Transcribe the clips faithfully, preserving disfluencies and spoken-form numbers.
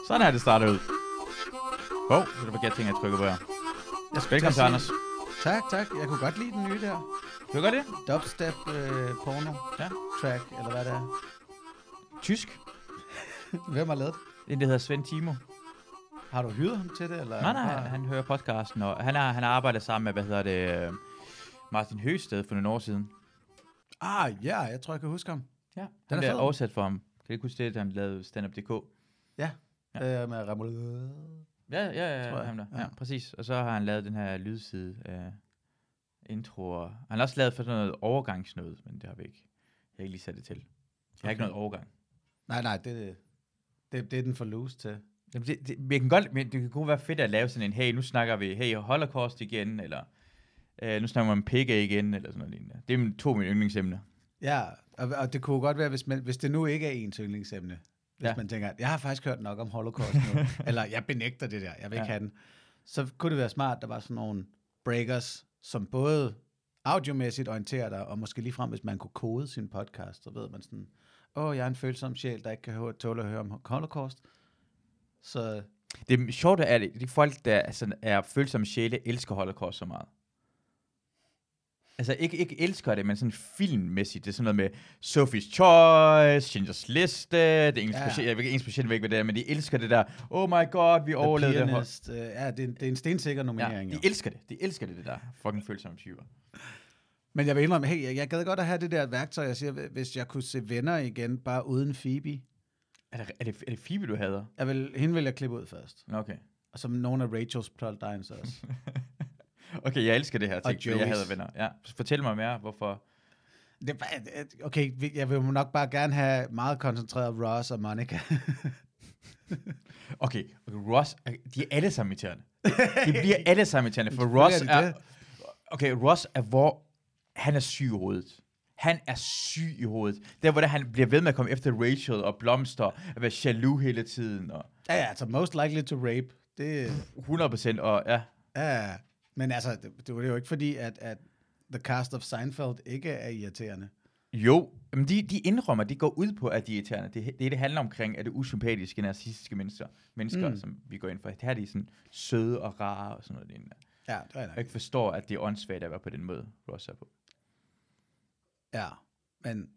Sådan er det startet ud. Hov, oh, det var jeg tænker, jeg trykker på her. Jeg Velkommen til, Anders. Tak, tak. Jeg kunne godt lide den nye der. Du gør det? Dubstep øh, porno ja. track, eller hvad det er. Tysk. Hvem har lavet det? Det hedder Svend Timo. Har du hyret ham til det? Eller? Nej, nej, han hører podcasten, og han har, han har arbejdet sammen med, hvad hedder det, Martin Høgsted for nogle år siden. Ah, ja, jeg tror, jeg kan huske ham. Ja, den han er blev fed. oversat for ham. Kan du ikke huske det, han lavede stand up punktum d k? Ja, ja. Øh, med Ramon. Ja, ja, ja, ham der. Ja. Ja, præcis. Og så har han lavet den her lydside øh, introer. Han har også lavet for sådan noget overgangsnød, men det har vi ikke. Jeg har ikke lige sat det til. Jeg har okay. ikke noget overgang. Nej, nej, det, det, det er den for loose til. Jamen, det, det, det, kan godt, men det kan godt være fedt at lave sådan en, hey, nu snakker vi, hey, Holocaust igen, eller øh, nu snakker man om pikke igen, eller sådan noget lignende. Det er to af mine yndlingsemner. Ja, og, og det kunne godt være, hvis, man, hvis det nu ikke er ens yndlingsemne. Hvis ja. man tænker, jeg har faktisk hørt nok om Holocaust nu, eller jeg benægter det der, jeg vil ikke ja. have den. Så kunne det være smart, der var sådan nogle breakers, som både audiomæssigt orienterer dig, og måske ligefrem, hvis man kunne kode sin podcast, så ved man sådan, åh, oh, jeg er en følsom sjæl, der ikke kan høre, tåle at høre om Holocaust. Så det sjovt er, at de folk, der altså, er følsomme sjæle, elsker Holocaust så meget. Altså ikke, ikke elsker det, men sådan filmmæssigt. Det er sådan noget med Sophie's Choice, Schindlers Liste, det er ingen ja. specielt, jeg ved ikke specielt væk ved det der, men de elsker det der, oh my god, vi overlevede det. Pianist, uh, ja, det er, det er en stensikker nominering. Ja, de jo. elsker det, de elsker det, det der fucking følsomme typer. Men jeg vil indrømme, hey, jeg, jeg gad godt at have det der værktøj, jeg siger, hvis jeg kunne se Venner igen, bare uden Phoebe. Er det, er det, er det Phoebe, du hader? Jeg vil, hende vil jeg klippe ud først. Okay. Og som nogle af Rachels plotlines også. Okay, jeg elsker det her ting, fordi jeg hader Venner. Ja, fortæl mig mere, hvorfor. Det er bare, okay, jeg vil nok bare gerne have meget koncentreret Ross og Monica. okay, okay, Ross, de er alle sammen irriterende. De bliver alle sammen irriterende, for Ross er, er okay, Ross er, hvor han er syg i hovedet. Han er syg i hovedet. Der, hvor der, han bliver ved med at komme efter Rachel og blomster, og være jaloux hele tiden. Og ja, ja, altså most likely to rape. Det hundrede procent, og ja. Ja, men altså, det, det var jo ikke fordi, at, at the cast of Seinfeld ikke er irriterende. Jo, men de, de indrømmer, de går ud på, at de er irriterende. Det, det, det handler omkring, at det usympatiske, narcissistiske mennesker, mennesker mm. som vi går ind for. Det her de er sådan søde og rare og sådan noget lignende. Ja, det er nok. Jeg ikke forstår, at det er åndssvagt at være på den måde, Ross er på. Ja, men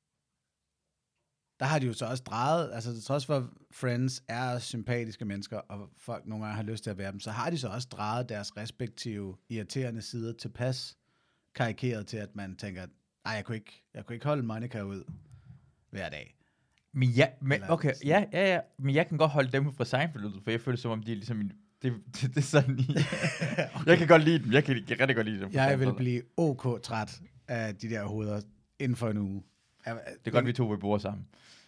der har de jo så også drejet, altså trods for Friends er sympatiske mennesker, og folk nogle gange har lyst til at være dem, så har de så også drejet deres respektive irriterende sider tilpas karikeret til, at man tænker, nej, jeg kunne ikke, jeg kunne ikke holde Monica ud hver dag. Men ja, men, okay, ja, ja, ja, men jeg kan godt holde dem fra Seinfeld ud, for jeg føler som om, de er ligesom, det, det, det er sådan, okay. Jeg kan godt lide dem, jeg kan, jeg kan rigtig godt lide dem. Jeg vil blive ok træt af de der hoveder inden for en uge. Det er godt, vi to vil bor sammen.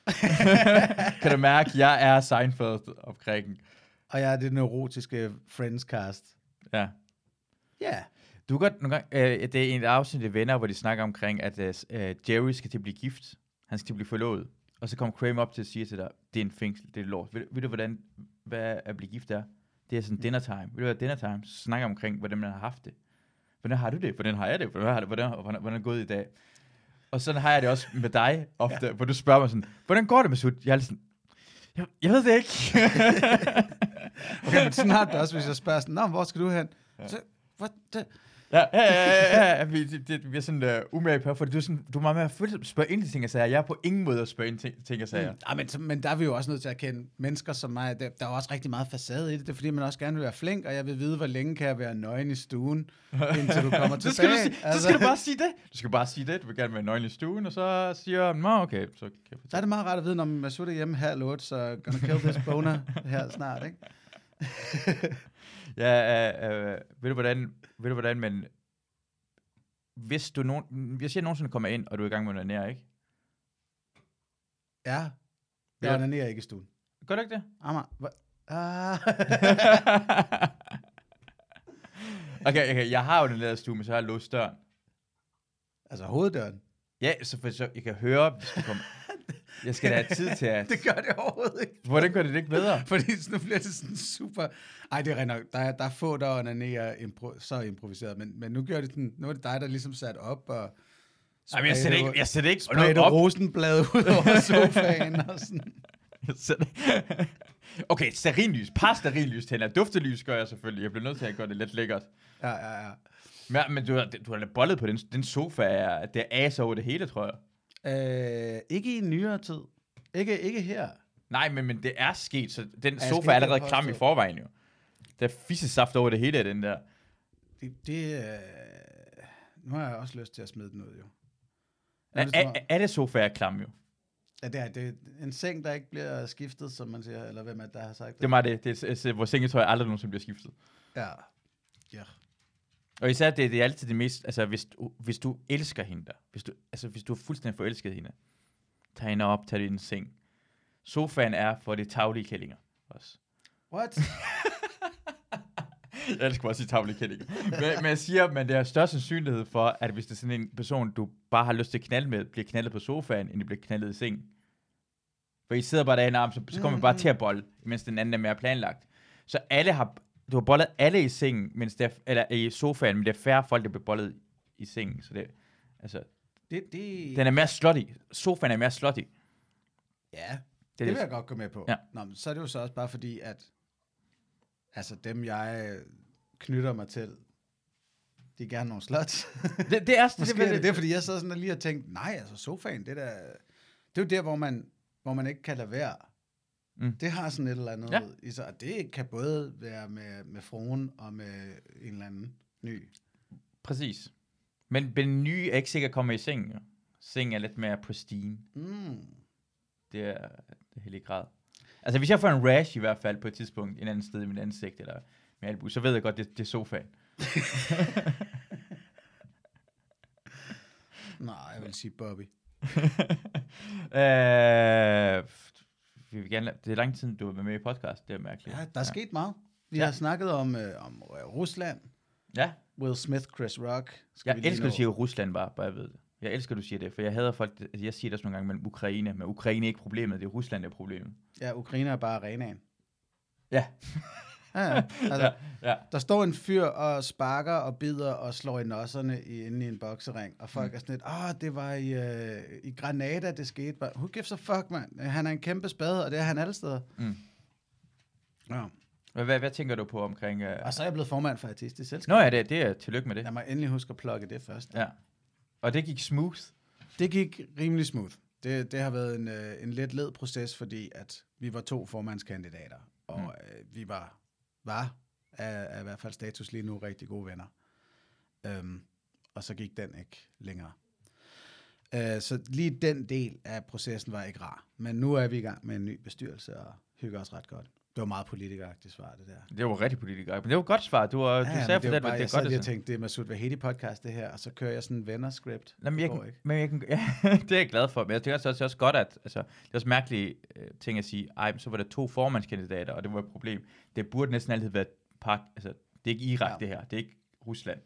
Kan du mærke, jeg er Seinfeld omkring. Og jeg er det neurotiske Friends-cast. Ja. Ja. Yeah. Du kan godt nogle gange, øh, det er en afsnit af Venner, hvor de snakker omkring, at øh, Jerry skal til at blive gift. Han skal til at blive forlovet. Og så kommer Kramer op til at sige til dig, det er en fængsel, det er lort. Ved, ved du, hvordan hvad at blive gift er? Det er sådan dinner time. Ved du, hvad dinner time? Så snakker omkring, hvordan man har haft det. Hvordan har du det? Hvordan har jeg det? Hvordan har det? Hvordan, hvordan, hvordan er det gået i dag? Og sådan har jeg det også med dig ofte, ja. Hvor du spørger mig sådan, hvordan går det med Sud? Jeg er sådan, jeg, jeg ved det ikke. Okay, men sådan har det også, hvis jeg spørger sådan, nå, hvor skal du hen? Ja. Så, what the? Ja, ja, ja, ja, ja. Vi, det, det, vi er sådan uh, umage på, fordi du er, sådan, du er meget mere følsom at spørge ind til ting og sager. Jeg er på ingen måde at spørge ind til ting og sager. Mm. Ja, men, men der er vi jo også nødt til at kende mennesker som mig. Der, der er også rigtig meget facade i det. Det er fordi, man også gerne vil være flink, og jeg vil vide, hvor længe kan jeg være nøgen i stuen, indtil du kommer tilbage. skal du, sige, altså. Så skal du bare sige det. Du skal bare sige det. Du vil gerne være nøgen i stuen, og så siger nå okay. Så, kan så er det meget rart at vide, når Masud er hjemme halv otte, så gonna kill this boner her snart, ikke? Ja, øh, øh, ved du hvordan, ved du hvordan, men hvis du nogen, hvis jeg nogensinde kommer ind, og du er i gang med at onanere, ikke? Ja. Jeg onanerer ikke i stuen. Gør du ikke det? Amager. Ah. okay, okay, jeg har onaneret i stuen, men så har jeg låst døren. Altså hoveddøren? Ja, så, for, så jeg kan høre, hvis du kommer. Jeg skal da have tid til at... Det gør det overhovedet ikke. Hvordan gør det det ikke bedre? Fordi nu bliver det sådan super... Ej, det er rent nok. Der er, der er få, der onanerer impro- så improviseret, men, men nu gør det sådan... Nu er det dig, der ligesom sat op og... Ej, men jeg sætter ikke... Jeg sætter ikke sprayede rosenblad ud over sofaen og sådan... Jeg sætter, Okay, stearinlys. Par stearinlys tænder. Duftelys gør jeg selvfølgelig. Jeg bliver nødt til at gøre det lidt lækkert. Ja, ja, ja. Men, men du har, du har da bollet på den, den sofa. Er, det er as over det hele, tror jeg. Øh, ikke i nyere tid. Ikke, ikke her. Nej, men, men det er sket, så den ja, sofa er allerede klam i forvejen jo. Der er fissesaft over det hele af den der. Det, det øh... Nu har jeg også lyst til at smide den ud, jo. Er, er, er, er det sofaer klam jo? Ja, det er, det er en seng, der ikke bliver skiftet, som man siger, eller hvem er der har sagt det? Det er meget det. Det er, vores sengetøj aldrig nogensinde bliver skiftet. Ja. Ja. Og især det, det er altid det mest, altså hvis du, hvis du elsker hende der, hvis du, altså hvis du er fuldstændig forelsket hende, tag hende op, tag det i en seng. Sofaen er for de taglige kællinger også. What? Jeg elsker bare at sige taglige kællinger. men, men jeg siger, men det er større sandsynlighed for, at hvis det er sådan en person, du bare har lyst til at knalde med, bliver knaldet på sofaen, end det bliver knaldet i seng. For I sidder bare derinde arm, så, så kommer man bare til at bolle, mens den anden er mere planlagt. Så alle har, du har bollet alle i sengen, mens det er, eller i sofaen, men det er færre folk, der bliver bollet i sengen. Så det, altså, det, det... den er mere slutty. Sofaen er mere slutty. Ja, det, det, det vil jeg godt gå med på. Ja. Nå, men så er det jo så også bare fordi, at altså dem, jeg knytter mig til, de er gerne nogle slots. det, det er Måske det, det, det er, fordi jeg så sådan lige har tænkt, nej, altså sofaen, det, der, det er jo der, hvor man, hvor man ikke kan lade være. Mm. Det har sådan et eller andet ja. i sig, og det kan både være med, med fruen og med en eller anden ny. Præcis. Men den nye er ikke sikkert at komme i sengen. Jo. Sengen er lidt mere pristine. Mm. Det er det hellige grad. Altså hvis jeg får en rash i hvert fald på et tidspunkt, en anden sted i mit ansigt, eller med albu, så ved jeg godt, det, det er sofaen. Nej, jeg vil sige Bobby. øh, vi vil gerne, det er lang tid, du har været med i podcast, det er mærkeligt. Ja, der er ja. sket meget. Vi ja. har snakket om, øh, om Rusland. Ja. Will Smith, Chris Rock. Skal jeg elsker, at du siger Rusland bare, bare jeg ved det. Jeg elsker, at du siger det, for jeg hader folk, altså jeg siger det også nogle gange mellem Ukraine, men Ukraine er ikke problemet, det er Rusland, der er problemet. Ja, Ukraine er bare arenaen. Ja. ja, ja. Altså, ja, ja. Der står en fyr og sparker og bider og slår i nosserne i, inde i en boksering, og folk mm. er sådan lidt, åh, det var i, øh, i Granada, det skete. Bare, who gives a fuck, mand? Han er en kæmpe spade, og det er han alle steder. Mm. Ja. Hvad, hvad tænker du på omkring... Uh... Og så er jeg blevet formand for Artistisk Selskab. Nå ja, det, det er tillykke med det. Jeg må endelig huske at plukke det først. Ja. Og det gik smooth? Det gik rimelig smooth. Det, det har været en, øh, en lidt led proces, fordi at vi var to formandskandidater, og mm. øh, vi var, var af, af i hvert fald status lige nu rigtig gode venner. Um, og så gik den ikke længere. Uh, så lige den del af processen var ikke rar. Men nu er vi i gang med en ny bestyrelse, og hygger os ret godt. Det var meget politikeragtigt svar, det der. Det var rigtig politikeragtigt, men det var godt svar. Du, ja, du ja, sagde for det, det, det, det er godt. Jeg tænkte, det er Masoud Vahedi podcast, det her, og så kører jeg sådan en venner-script. Jamen, jeg kan, men jeg kan, ja, det er jeg glad for, men jeg tænker også, også, også godt, at altså, det er også mærkelige uh, ting at sige, ej, så var der to formandskandidater, og det var et problem. Det burde næsten altid være pak, altså, det er ikke Irak, ja. Det her, det er ikke Rusland.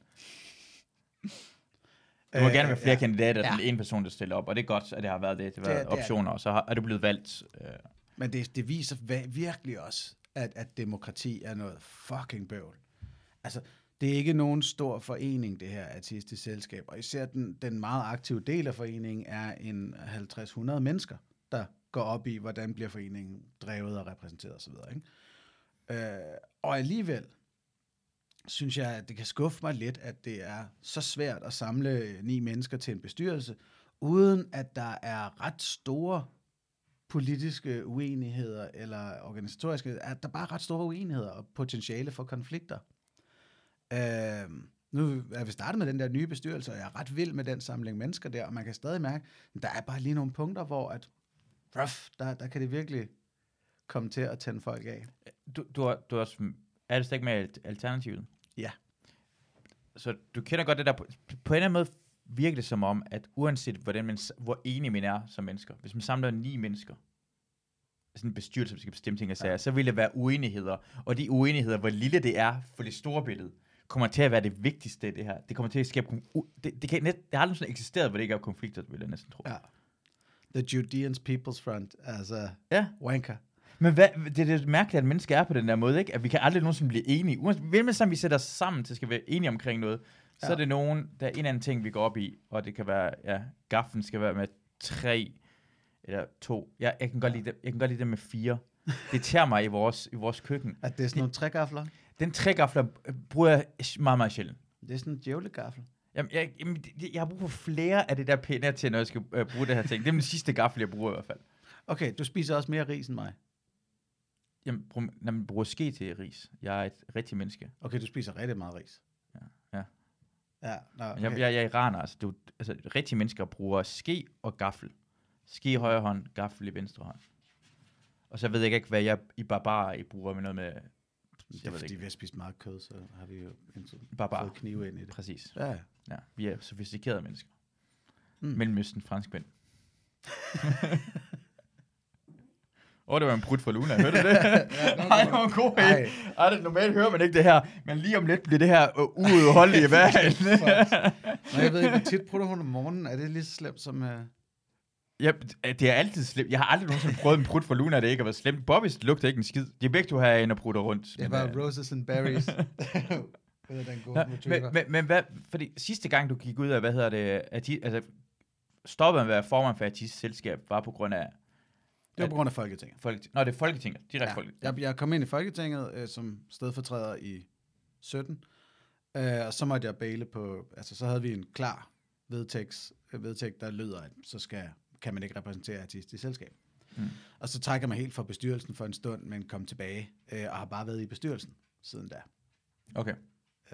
Du må øh, gerne være flere ja. kandidater, ja. end en person, der stiller op, og det er godt, at det har været det, det har været det, optioner, og så har, er du blevet valgt. Uh, men det, det viser virkelig også, At, at demokrati er noget fucking bøvl. Altså, det er ikke nogen stor forening, det her Artistisk Selskab, og især den, den meget aktive del af foreningen er en halvtreds hundrede mennesker, der går op i, hvordan bliver foreningen drevet og repræsenteret osv. Øh, og alligevel synes jeg, at det kan skuffe mig lidt, at det er så svært at samle ni mennesker til en bestyrelse, uden at der er ret store politiske uenigheder eller organisatoriske, at der bare er ret store uenigheder og potentiale for konflikter. Øh, nu er vi startet med den der nye bestyrelse, og jeg er ret vild med den samling mennesker der, og man kan stadig mærke, at der er bare lige nogle punkter, hvor at, ruff, der, der kan det virkelig komme til at tænde folk af. Du, du, har, du har, er det ikke med Alternativet? Ja. Så du kender godt det der, på, på en eller anden måde virker det som om, at uanset hvordan man, hvor enige man er som mennesker, hvis man samler ni mennesker, sådan en bestyrelse, der skal bestemme ting og sager, ja. Så vil der være uenigheder, og de uenigheder, hvor lille det er for det store billede, kommer til at være det vigtigste i det her. Det kommer til at skabe, det, det, kan net, det har aldrig sådan eksisteret, hvor det ikke er konflikter, vil jeg næsten tro. Ja. The Judeans People's Front, altså ja. wanker. Men hvad, det er det mærkeligt, at mennesker er på den der måde, ikke? At vi kan aldrig nogensinde blive enige. Uanset sammen vi sætter os sammen til at skal være enige omkring noget, så ja. Er det nogen, der er en anden ting, vi går op i, og det kan være, ja, gaflen skal være med tre eller to. Ja, jeg kan godt lide det, jeg kan godt lide det med fire. Det tager mig i vores, i vores køkken. At det er sådan nogle trægafler? Den trægafler bruger jeg meget, meget sjældent. Det er sådan en djævlegaffel. Jamen, jeg, jamen, jeg har brug for flere af det der pæne til, når jeg skal uh, bruge det her ting. Det er den sidste gaffel, jeg bruger i hvert fald. Okay, du spiser også mere ris end mig. Jamen, brug, når man bruger ske til ris. Jeg er et rigtigt menneske. Okay, du spiser rigtig meget ris. Ja. Ja. Ja, no, okay. jeg, jeg, jeg er iraner, altså, du, altså rigtige mennesker bruger ske og gaffel. Ske i højre hånd, gaffel i venstre hånd. Og så ved jeg ikke, hvad jeg i barbarer I bruger med noget med... Det er fordi, vi har spist meget kød, så har vi jo barbar. fået knive ind i det. Præcis. Ja, ja. Vi er sofistikerede mennesker. Mm. Mellemøsten, franskmænd. Åh, oh, det var en prut for Luna, hørte du det? Nej, det var en god idé. Ej, det normalt hører man ikke det her, men lige om lidt bliver det her uh, uudholdelige værd. Nej, jeg ved ikke, hvor tit prutter hun om morgenen. Er det lige så slemt som... Uh... Ja, det er altid slemt. Jeg har aldrig nogensinde prøvet en prut for Luna, det ikke har været slemt. Bobbys lugter ikke en skid. De er begge to herinde og prutter rundt. Det er bare uh... roses and berries. det er den gode Nå, men, men, men hvad, fordi sidste gang du gik ud af, hvad hedder det, Ati, altså stoppede med at være formand for Atis selskab, var på grund af... Det var på grund af Folketinget. Folketing. Nå, det er Folketinget. Direkte ja, Folketinget. Jeg, jeg kom ind i Folketinget øh, som stedfortræder i sytten, øh, og så måtte jeg baile på, altså så havde vi en klar vedtægt, vedtægt der lyder, at så skal, kan man ikke repræsentere artist i selskab. Mm. Og så trækker man helt fra bestyrelsen for en stund, men kom tilbage, øh, og har bare været i bestyrelsen siden da. Okay. Øh,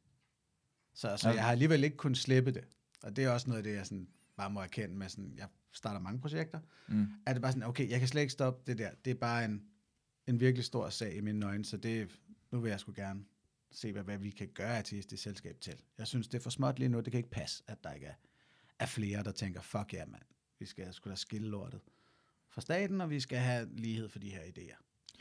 så så okay. Jeg har alligevel ikke kunnet slippe det, og det er også noget af det, jeg sådan bare må erkende med sådan, jeg starter mange projekter, mm. er det bare sådan, okay, jeg kan slet ikke stoppe det der. Det er bare en, en virkelig stor sag i mine øjne, så det, nu vil jeg sgu gerne se, hvad, hvad vi kan gøre artist i selskab til. Jeg synes, det er for småt lige nu. Det kan ikke passe, at der ikke er, er flere, der tænker, fuck ja, mand. Vi skal sgu da skille lortet fra staten, og vi skal have lighed for de her idéer.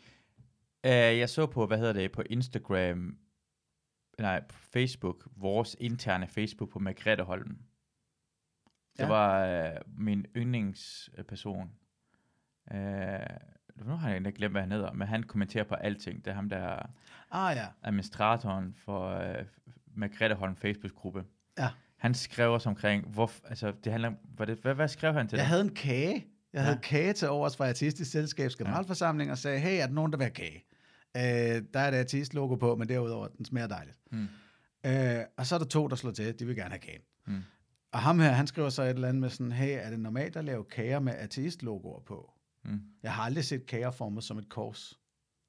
Uh, jeg så på, hvad hedder det, på Instagram, nej, på Facebook, vores interne Facebook på Margrethe Holm. Det ja. var øh, min yndlingsperson. Øh, nu har jeg ikke glemt, hvad han hedder, men han kommenterer på alting. Det er ham, der er ah, ja. administratoren for øh, Margrethe Holm Facebook-gruppe. Ja. Han skrev også omkring, hvor, altså, det handler om, hvad, det, hvad, hvad skrev han til Jeg det? havde en kage. Jeg ja. havde kage til overs fra Artistisk Selskabs generalforsamling, ja. og sagde, hey, er der nogen, der vil have kage? Øh, der er et artist-logo på, men derudover, den smager dejligt. Mm. Øh, og så er der to, der slår til, de vil gerne have kagen. Mm. Og ham her, han skriver så et eller andet med sådan, hey, er det normalt at lave kager med ateist-logoer på? Mm. Jeg har aldrig set kager formet som et kors.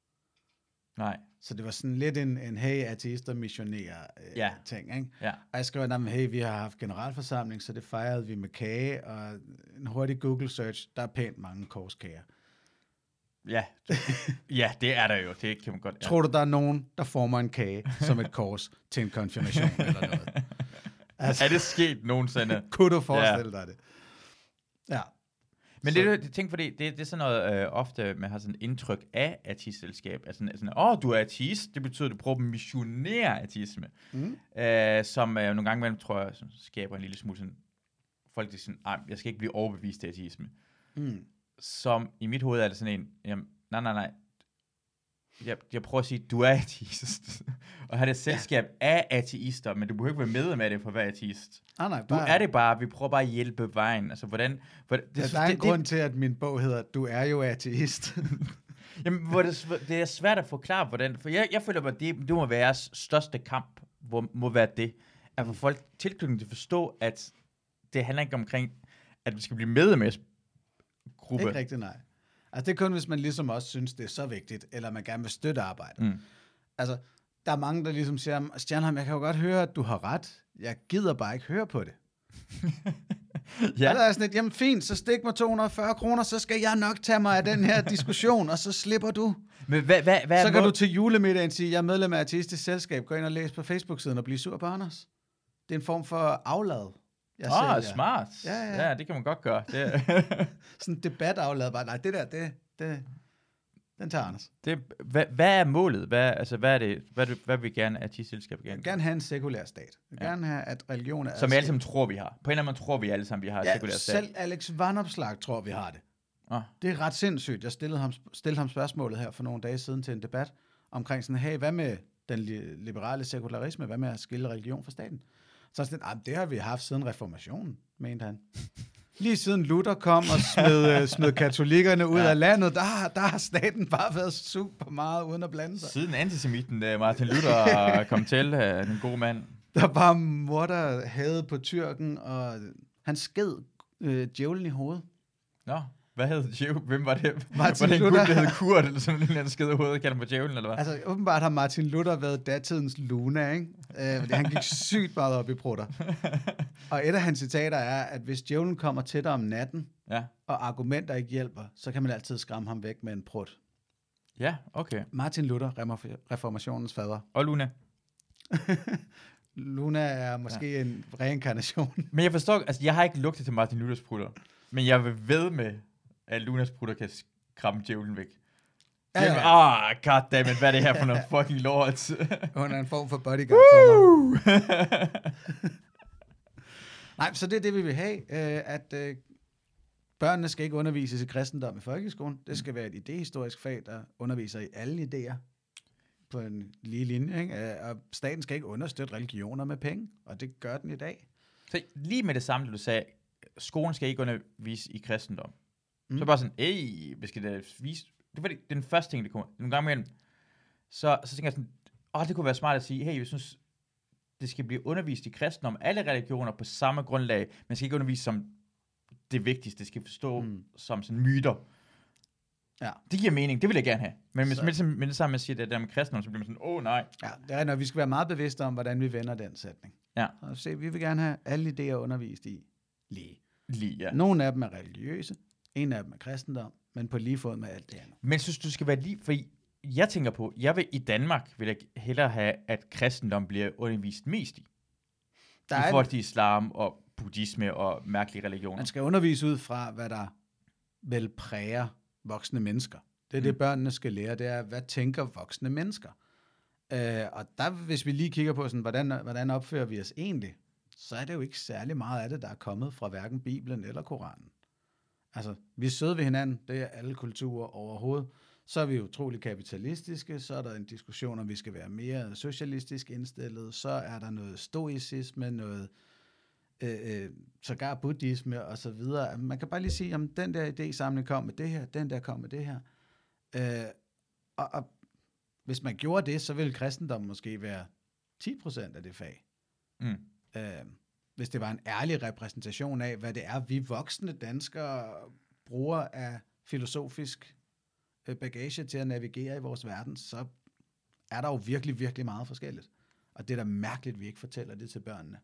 Nej. Så det var sådan lidt en, en hey, ateister missionerer øh, ja. ting, ikke? Ja. Og jeg skrev der med, hey, vi har haft generalforsamling, så det fejrede vi med kage, og en hurtig Google search, der er pænt mange korskager. Ja, ja, det er der jo, det kan man godt. Ja. Tror du, der er nogen, der former en kage som et kors til en konfirmation eller noget? Altså, er det sket nogensinde? Kunne du forestille ja. dig det? Ja. Men så. det er det tænk, fordi det, det er sådan noget, øh, ofte man har sådan et indtryk af artistselskab. Altså sådan, åh, oh, du er artist, det betyder, at du prøver at missionere artisme. Mm. Øh, som øh, nogle gange mellem, tror jeg, skaber en lille smule sådan, folk der sådan, nej, jeg skal ikke blive overbevist af artisme. Mm. Som i mit hoved er det sådan en, jamen, nej, nej, nej. Jeg, jeg prøver at sige, du er ateist. Og have det selskab ja. af ateister, men du behøver ikke være med med det for hver ateist. Ah, nej, du er det bare, vi prøver bare at hjælpe vejen. Altså, hvordan, hvordan, det, ja, der er en det, grund det, til, at min bog hedder, du er jo ateist. Jamen, hvor det, det er svært at forklare, hvordan, for jeg, jeg føler bare, det, det må være jeres største kamp, hvor, må være det, at få folk tilknytning til at forstå, at det handler ikke omkring, at vi skal blive med med gruppe. Ikke rigtigt, nej. Altså, det er kun, hvis man ligesom også synes, det er så vigtigt, eller man gerne vil støtte arbejdet. Mm. Altså, der er mange, der ligesom siger, Stjernholm, jeg kan jo godt høre, at du har ret. Jeg gider bare ikke høre på det. ja. Og der er sådan et, jamen fint, så stik mig to hundrede og fyrre kroner, så skal jeg nok tage mig af den her diskussion, og så slipper du. Men hvad, hvad, hvad så kan må... du til julemiddagen sige, jeg er medlem af Artistisk Selskab, gå ind og læs på Facebook-siden og blive sur på Anders. Det er en form for aflad. Åh, oh, smart. Ja, ja. ja, det kan man godt gøre. Det sådan en debataflad, bare, nej, det der, det, det, den tager Anders. Det, hvad, hvad er målet? Hvad, altså, hvad er det, hvad, det, hvad vil gerne artistselskab gerne? Jeg vil gerne have en sekulær stat. Jeg vil ja. gerne have, at religion er... Som vi alle sammen tror, vi har. På en eller anden måde tror vi alle sammen, vi har ja, sekulær stat. Selv Alex Vanopslagh tror, vi har det. Ah. Det er ret sindssygt. Jeg stillede ham, stillede ham spørgsmålet her for nogle dage siden til en debat omkring sådan, hey, hvad med den liberale sekularisme? Hvad med at skille religion fra staten? Så sådan, det har vi haft siden reformationen, mente han. lige siden Luther kom og smed, øh, smed katolikkerne ud ja. af landet, der, der har staten bare været super meget uden at blande sig. Siden antisemiten uh, Martin Luther kom til, uh, en god mand. Der var morder havde på tyrken, og han sked øh, djævlen i hovedet. Nå, hvad hed djævlen? Hvem var det? Martin var det en Luther. gut, der hed Kurt, eller sådan en eller anden skede i hovedet, kalder på djævlen, eller hvad? Altså, åbenbart har Martin Luther været datidens Luna, ikke? Øh, fordi han gik sygt meget op i prutter. Og et af hans citater er, at hvis djævlen kommer til dig om natten, ja. og argumenter ikke hjælper, så kan man altid skræmme ham væk med en prut. Ja, okay. Martin Luther, reformationens fader. Og Luna. Luna er måske ja. en reinkarnation. Men jeg forstår, altså jeg har ikke lugtet til Martin Luthers prutter, men jeg vil ved med, at Lunas prutter kan skræmme djævlen væk. Ah, ja, ja. oh, goddammit, hvad er det her for noget fucking lort? Hun er en form for bodyguard for mig. Nej, så det er det, vi vil have, øh, at øh, børnene skal ikke undervises i kristendom i folkeskolen. Det skal være et idehistorisk fag, der underviser i alle idéer på en lige linje, ikke? Og staten skal ikke understøtte religioner med penge, og det gør den i dag. Så lige med det samme, du sagde, skolen skal ikke undervise i kristendom. Mm. Så bare sådan, ej, vi skal da vise... Det var det, den første ting, det kommer. Nogle gange imellem, så, så tænker jeg sådan, åh, det kunne være smart at sige, hey, jeg synes, det skal blive undervist i kristendom, alle religioner på samme grundlag, men skal ikke undervise som det vigtigste, det skal forstå mm. som sådan myter. Ja. Det giver mening, det vil jeg gerne have. Men hvis man med det samme man siger, det der med kristendom, så bliver man sådan, åh oh, nej. Ja, det er, når vi skal være meget bevidste om, hvordan vi vender den sætning. Ja. Og se, vi vil gerne have alle idéer undervist i lige. Lige, ja. Nogle af dem er religiøse, en af dem er kristendom, men på lige fod med alt det andet. Men synes du skal være lige, fordi jeg tænker på, jeg vil i Danmark vil jeg hellere have, at kristendom bliver undervist mest i. Der I forhold til islam og buddhisme og mærkelige religioner. Man skal undervise ud fra, hvad der vel præger voksne mennesker. Det er mm. det, børnene skal lære, det er, hvad tænker voksne mennesker? Øh, og der, hvis vi lige kigger på, sådan, hvordan, hvordan opfører vi os egentlig, så er det jo ikke særlig meget af det, der er kommet fra hverken Bibelen eller Koranen. Altså, vi er søde ved hinanden, det er alle kulturer overhovedet. Så er vi utrolig kapitalistiske, så er der en diskussion, om vi skal være mere socialistisk indstillet, så er der noget stoicisme, noget øh, øh, sågar buddhisme og så videre. Man kan bare lige sige, om den der idésamling kom med det her, den der kom med det her. Øh, og, og hvis man gjorde det, så ville kristendom måske være ti procent af det fag. Mm. Øh, hvis det var en ærlig repræsentation af, hvad det er, vi voksne danskere bruger af filosofisk bagage til at navigere i vores verden, så er der jo virkelig, virkelig meget forskelligt. Og det er da mærkeligt, at vi ikke fortæller det til børnene.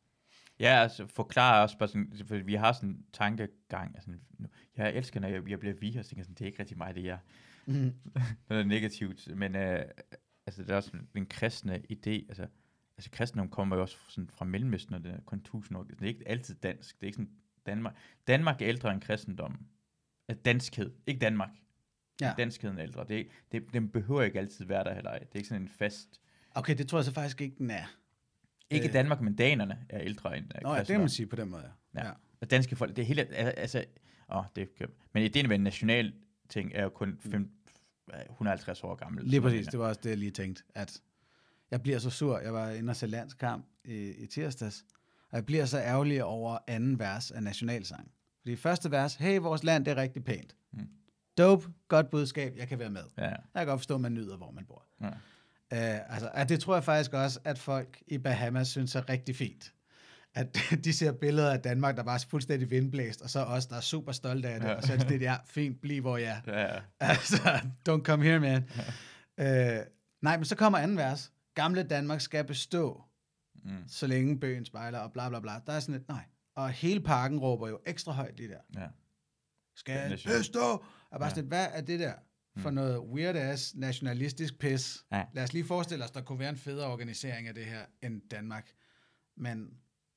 Ja, altså forklare også bare sådan, for vi har sådan en tankegang, altså, jeg elsker, når jeg, jeg bliver vi, og tænker sådan, det er ikke rigtig mig, det er mm. noget negativt, men øh, altså, det er også den kristne idé, altså, altså kristendom kommer jo også sådan fra Mellemøsten, og det er kun tusind år, det er ikke altid dansk, det er ikke sådan Danmark, Danmark er ældre end kristendom, altså danskhed, ikke Danmark. Ja. Danskheden er ældre. Det, det, den behøver ikke altid være der heller. Det er ikke sådan en fast... Okay, det tror jeg så faktisk ikke, den er. Ikke øh... Danmark, men danerne er ældre end uh, Nå ja, det kan man sige på den måde. Ja. Ja. Og danske folk, det er helt... Altså, åh, det er, men ideen med en national ting er jo kun fem, et hundrede og halvtreds år gammel. Lige præcis, det var også det, jeg lige tænkte. At jeg bliver så sur. Jeg var inde og se landskamp i, i tirsdags, og jeg bliver så ærgerlig over anden vers af nationalsang. Fordi første vers, hey, vores land, det er rigtig pænt. Mm. Dope, godt budskab, jeg kan være med. Ja. Jeg kan godt forstå, at man nyder, hvor man bor. Ja. Uh, altså, at det tror jeg faktisk også, at folk i Bahamas synes er rigtig fint. At de ser billeder af Danmark, der bare er fuldstændig vindblæst, og så os, der er super stolte af det, ja. Og så er det, ja, fint, bliv hvor jeg er. Ja. Altså, don't come here, man. Ja. Uh, nej, men så kommer anden vers. Gamle Danmark skal bestå, mm. så længe bøgen spejler, og bla bla bla. Der er sådan et, nej. Og hele parken råber jo ekstra højt det der. Ja. Skal bestå! Og bare sådan, ja. Hvad er det der for mm. noget weird-ass nationalistisk pis? Ja. Lad os lige forestille os, der kunne være en federe organisering af det her end Danmark. Men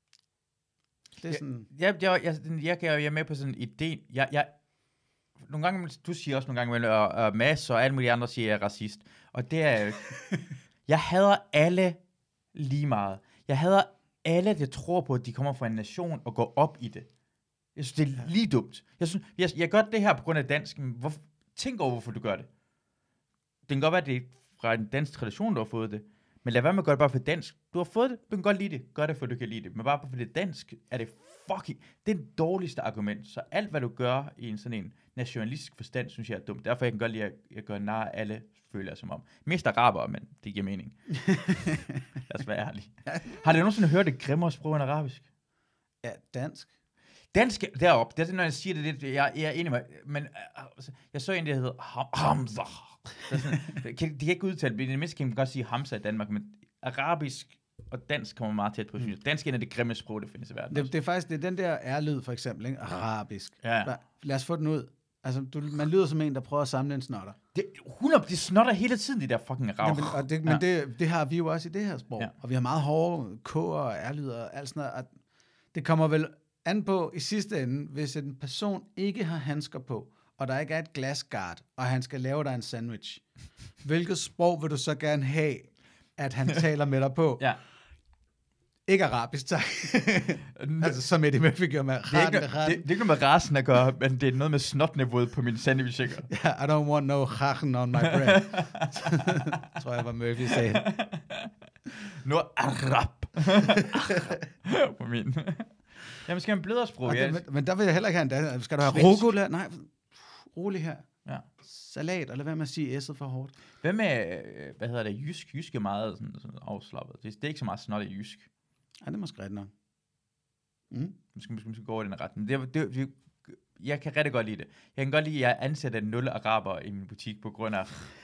det er sådan... Jeg, jeg, jeg, jeg, jeg, jeg er med på sådan en idé. Jeg, jeg, nogle gange, du siger også nogle gange, og, og Mads og alle mulige andre siger, at jeg er racist. Og det er jo jeg hader alle lige meget. Jeg hader alle, der tror på, at de kommer fra en nation og går op i det. Jeg synes, det er lige dumt. Jeg, synes, jeg, jeg gør det her på grund af dansk. Hvor, tænk over, hvorfor du gør det. Det kan godt være, at det er fra en dansk tradition, du har fået det. Men lad være med at gøre det bare for dansk. Du har fået det, du kan godt lide det. Gør det, for du kan lide det. Men bare fordi det er dansk, er det fucking... Det er det dårligste argument. Så alt, hvad du gør i en sådan en nationalistisk forstand, synes jeg er dumt. Derfor jeg kan godt lide, at jeg gør nar af alle, føler jeg som om. Mest araber, men det giver mening. Lad os være ærlige. Har du nogensinde hørt et grimmere sprog end arabisk? Ja, dansk. Dansk deroppe, det er når jeg siger det, det jeg, jeg er enig med, men uh, jeg så en, der hedder Ham, Hamza. De kan ikke udtale det, i det mindste kan man godt sige Hamza i Danmark, men arabisk og dansk kommer meget tæt på, synes jeg. Dansk er en af de grimme sprog, der findes i verden. Det, det er faktisk det er den der R-lyd, for eksempel, ikke? Arabisk. Ja. Lad os få den ud. Altså, du, man lyder som en, der prøver at samle en snotter. Det, hundrede, de snotter hele tiden, de der fucking araber. Ja, men, og det, men ja. det, det har vi jo også i det her sprog. Ja. Og vi har meget hårde K'er og R-lyder og alt sådan noget. Det kommer vel an på i sidste ende, hvis en person ikke har handsker på, og der ikke er et glasguard, og han skal lave dig en sandwich. Hvilket sprog vil du så gerne have, at han taler med dig på? Ja. Ikke arabisk, tak. altså, som Eddie Murphy gør med det er, ikke, det, det er ikke noget med rasen at gøre, men det er noget med snotniveauet på min sandwich. Ja, yeah, I don't want no rachen on my bread. Tror jeg, var Murphy sagde. No arab. på min. Jamen, skal man blødere sprog, ja. Men, men der vil jeg heller ikke have en dag. Skal du have rucola? Nej, rolig her. Ja. Salat, eller hvad man siger, S'et for hårdt. Hvad med, hvad hedder det, jysk? Jysk er meget sådan, sådan afslappet. Det, det er ikke så meget snot i jysk. Ja, det er måske ret nok. Mm. Måske, måske, måske gå over den retten. Det, det, det, jeg kan rigtig godt lide det. Jeg kan godt lide, at jeg ansætter nul araber i min butik på grund af...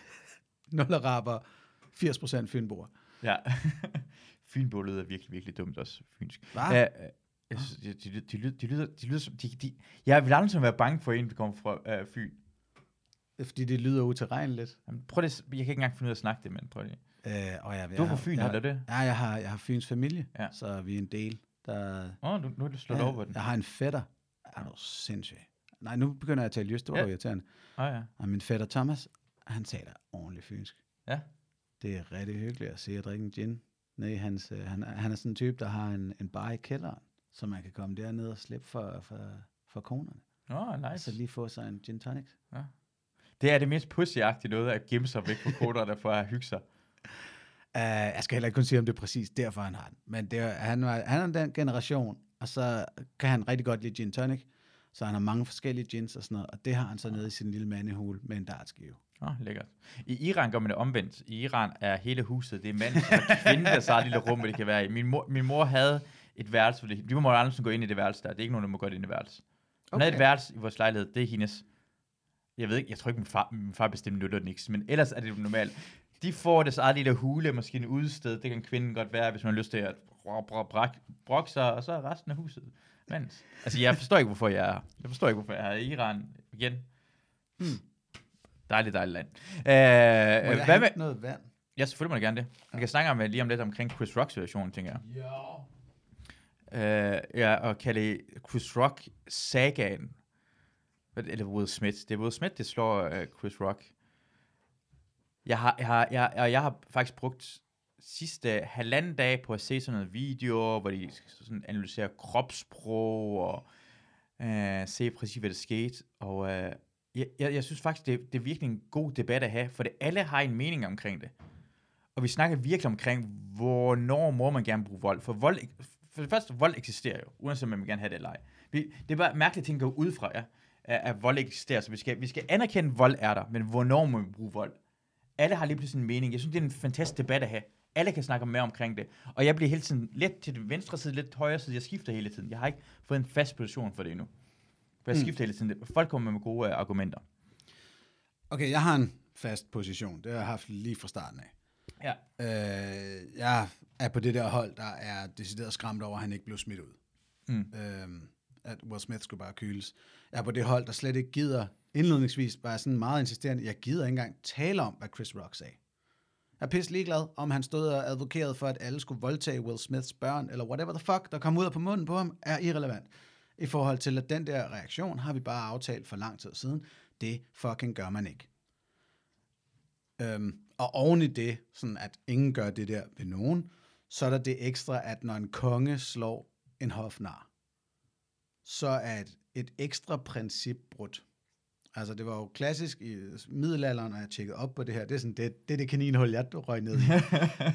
nul araber, firs procent fynboer. Ja. Fynboer lyder virkelig, virkelig dumt også, fynsk. Hvad? Uh, jeg synes, de, de, de, de, lyder, de, lyder, de lyder som... De, de, jeg vil aldrig være bange for en, der kommer fra uh, Fyn. Det er fordi, det lyder utilregneligt. Jamen, prøv det. Jeg kan ikke engang finde ud af at snakke det, men prøv det. Øh, og jeg, du er fra Fyn, jeg, har du det? Ja, jeg har, jeg har Fyns familie, ja. Så vi er en del. Åh, oh, nu, nu er du slået ja, over den. Jeg har en fætter. Er du sindssyg? Nej, nu begynder jeg at tale jysk, det var ja. irriterende. Oh, ja. Og min fætter Thomas, han taler ordentligt fynsk. Ja. Det er rigtig hyggeligt at se at drikke en gin. Nej, hans, han, han er sådan en type, der har en, en bar i kælderen, så man kan komme derned og slippe for, for, for konerne. Åh, oh, nice. Og så lige få sig en gin tonic. Ja. Det er det mest pussyagtige noget, at gemme sig væk fra konerne for at hygge sig. Uh, jeg skal heller ikke kunne sige, om det er præcis derfor, han har den. Men det er, han, var, han er den generation, og så kan han rigtig godt lide gin tonic, så han har mange forskellige gins og sådan noget, og det har han så nede i sin lille mandehule med en dartskive. Åh, oh, lækkert. I Iran går man det omvendt. I Iran er hele huset, det er mand og kvinde, der så har et lille rum, hvor det kan være i. Min mor, min mor havde et værelse, for det. Vi må aldrig gå ind i det værelse der. Det er ikke nogen, der må gå ind i det værelse. Hun okay. havde et værelse i vores lejlighed, det er hendes. Jeg ved ikke, jeg tror ikke, min far, min far bestemmer noget niks, men ellers er det normalt. De får det så eget lille hule, måske en udsted, det kan kvinden godt være, hvis man har lyst til at brokke sig, og så er resten af huset. Men, altså, jeg forstår ikke, hvorfor jeg er Jeg forstår ikke, hvorfor jeg er i Iran igen. Hmm. Dejligt, dejligt land. Øh, må jeg hente noget vand? Ja, selvfølgelig må jeg gerne det. Vi kan snakke om, lige om lidt omkring Chris Rock-situationen, tænker jeg. Ja. Øh, ja, og kalde Chris Rock sagaen. Eller Will Smith. Det er Will Smith, det slår uh, Chris Rock. Jeg har, jeg, har, jeg, jeg, jeg har faktisk brugt sidste halvanden dag på at se sådan noget video, hvor de sådan analyserer kropssprog og uh, se præcis, hvad der skete. Og uh, jeg, jeg, jeg synes faktisk, det, det er virkelig en god debat at have, for det, alle har en mening omkring det. Og vi snakker virkelig omkring, hvornår må man gerne bruge vold. For vold, for det første, vold eksisterer jo, uanset om man gerne have det eller ej. Det er bare mærkeligt ting at gå ud fra, ja. At vold eksisterer, så vi skal, vi skal anerkende, at vold er der, men hvornår må vi bruge vold? Alle har lige pludselig en mening. Jeg synes, det er en fantastisk debat at have. Alle kan snakke mere omkring det. Og jeg bliver hele tiden lidt til den venstre side, lidt højre side. Jeg skifter hele tiden. Jeg har ikke fået en fast position for det endnu. For jeg skifter mm. hele tiden. Folk kommer med gode uh, argumenter. Okay, jeg har en fast position. Det har jeg haft lige fra starten af. Ja. Øh, jeg er på det der hold, der er decideret skræmt over, at han ikke blev smidt ud. Mm. Øh, at Will Smith skulle bare kyles. Jeg er på det hold, der slet ikke gider, indledningsvis bare sådan meget insisterende, jeg gider ikke engang tale om, hvad Chris Rock sagde. Jeg er pisse ligeglad, om han stod og advokerede for, at alle skulle voldtage Will Smiths børn, eller whatever the fuck, der kom ud af på munden på ham, er irrelevant. I forhold til, at den der reaktion har vi bare aftalt for lang tid siden. Det fucking gør man ikke. Øhm, og oven i det, sådan at ingen gør det der ved nogen, så er der det ekstra, at når en konge slår en hofnar, så er et, et ekstra princip brudt. Altså, det var jo klassisk i middelalderen, og jeg tjekkede op på det her. Det er sådan, det, det er det kaninhul, jeg røg ned i.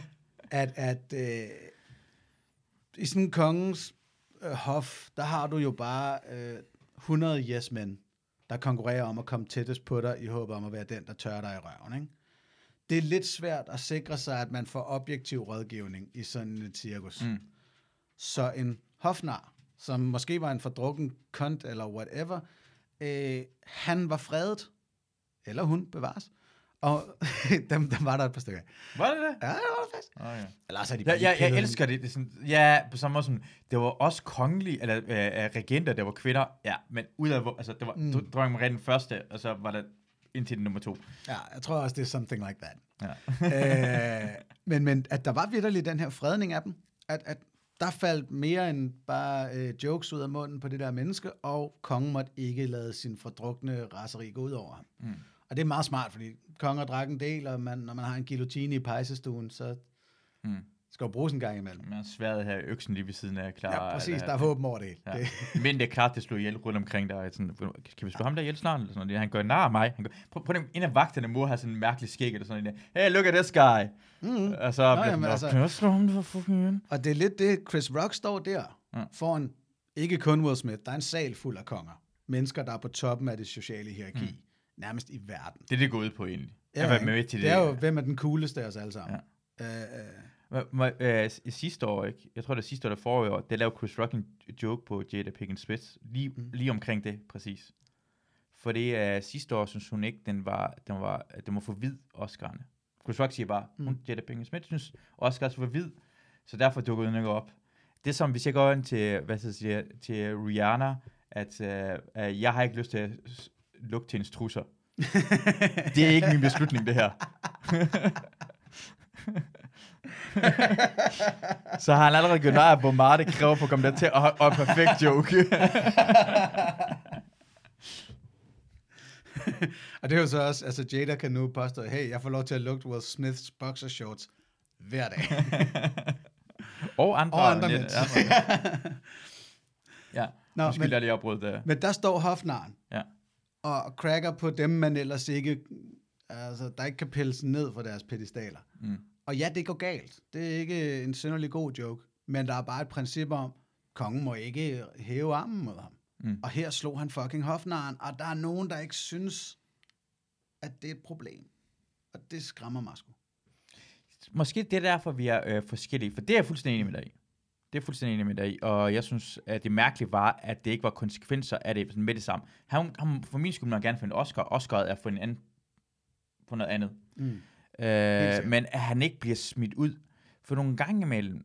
at, at øh, i sådan en kongens øh, hof, der har du jo bare øh, hundrede yes-mænd, der konkurrerer om at komme tættest på dig, i håb om at være den, der tørrer dig i røven, ikke? Det er lidt svært at sikre sig, at man får objektiv rådgivning i sådan et cirkus. Mm. Så en hofnar, som måske var en fordrukken kont eller whatever, øh, han var fredet, eller hun bevares, og dem, dem var der et par stykker. Var det det? Ja, det var det faktisk. Oh, ja. Eller så er de ja, jeg, jeg elsker det. det er sådan, ja, på samme måde som, det var også kongelige, eller øh, regenter, der var kvinder, ja, men ud af, altså, det var mm. dronning Marie den første, og så var der indtil den nummer to. Ja, jeg tror også, det er something like that. Ja. øh, men, men at der var vitterligt den her fredning af dem, at, at der faldt mere end bare øh, jokes ud af munden på det der menneske, og kongen måtte ikke lade sin fordrukne raseri gå ud over ham. Mm. Og det er meget smart, fordi konger drak en del, og man, når man har en guillotine i pejsestuen, så mm. skal jo bruges en gang imellem. Man har sværet her øksen lige ved siden af klar. Ja, præcis, eller, der er våben over det. Ja. det. Men det er klart, det slår ihjel rundt omkring dig. Sådan, kan vi slå ham der ihjel snart? Eller sådan noget. Han gør nar af mig. Han gør, prøv, prøv, en af vagterne må have sådan en mærkelig skæg, eller sådan noget. Hey, look at this guy. Mm. Og så Nå, bliver jamen, han altså, kan jeg slå ham der fucking ihjel? Og det er lidt det, Chris Rock står der ja. foran, ikke kun Will Smith, der er en sal fuld af konger. Mennesker, der er på toppen af det sociale hierarki. Mm. Nærmest i verden. Det er det går ud på egentlig. Ja, jeg med til det. Det er jo, hvem er den cooleste af os alle sammen. Ja. Uh, uh. Uh, sidste år, ikke? Jeg tror det er sidste år, der forrige år, der lavede Chris Rock en joke på Jada Pinkett Smith, lige, mm. lige omkring det, præcis. Fordi uh, sidste år, synes hun ikke, den var, den var, den var for hvid, Oscar'ne. Chris Rock siger bare, mm. hun, Jada Pinkett Smith, synes Oscars var hvid, så derfor dukker den ikke op. Det er som, hvis jeg går ind til, hvad så siger, til Rihanna, at uh, uh, jeg har ikke lyst til at lugte til hendes trusser. Det er ikke min beslutning, det her. Så har han allerede gjort nej, hvor meget det kræver på at komme der til, og, og perfekt joke. Og det er jo så også, altså Jada kan nu påstå, hey, jeg får lov til at lugte Will Smiths boxershorts hver dag. og andre. Og andre mænd. Ja, Nå, nu skal jeg lige afbryde det. Men der står hofnaren. Ja. Og cracker på dem, man ellers ikke, altså, der ikke kan pille ned fra deres pedestaler. Mm. Og ja, det går galt. Det er ikke en synderlig god joke, men der er bare et princip om, kongen må ikke hæve armen mod ham. Mm. Og her slog han fucking hofnaren, og der er nogen, der ikke synes, at det er et problem. Og det skræmmer mig sgu. Måske det er derfor, vi er øh, forskellige, for det er jeg fuldstændig enig med dig i. Det er fuldstændig enig med dig i, og jeg synes, at det mærkelige var, at det ikke var konsekvenser af det med det samme. Han, han, for min skyld må gerne få en Oscar. Oscar er for en anden, for noget andet. Mm. Øh, men at han ikke bliver smidt ud. For nogle gange imellem,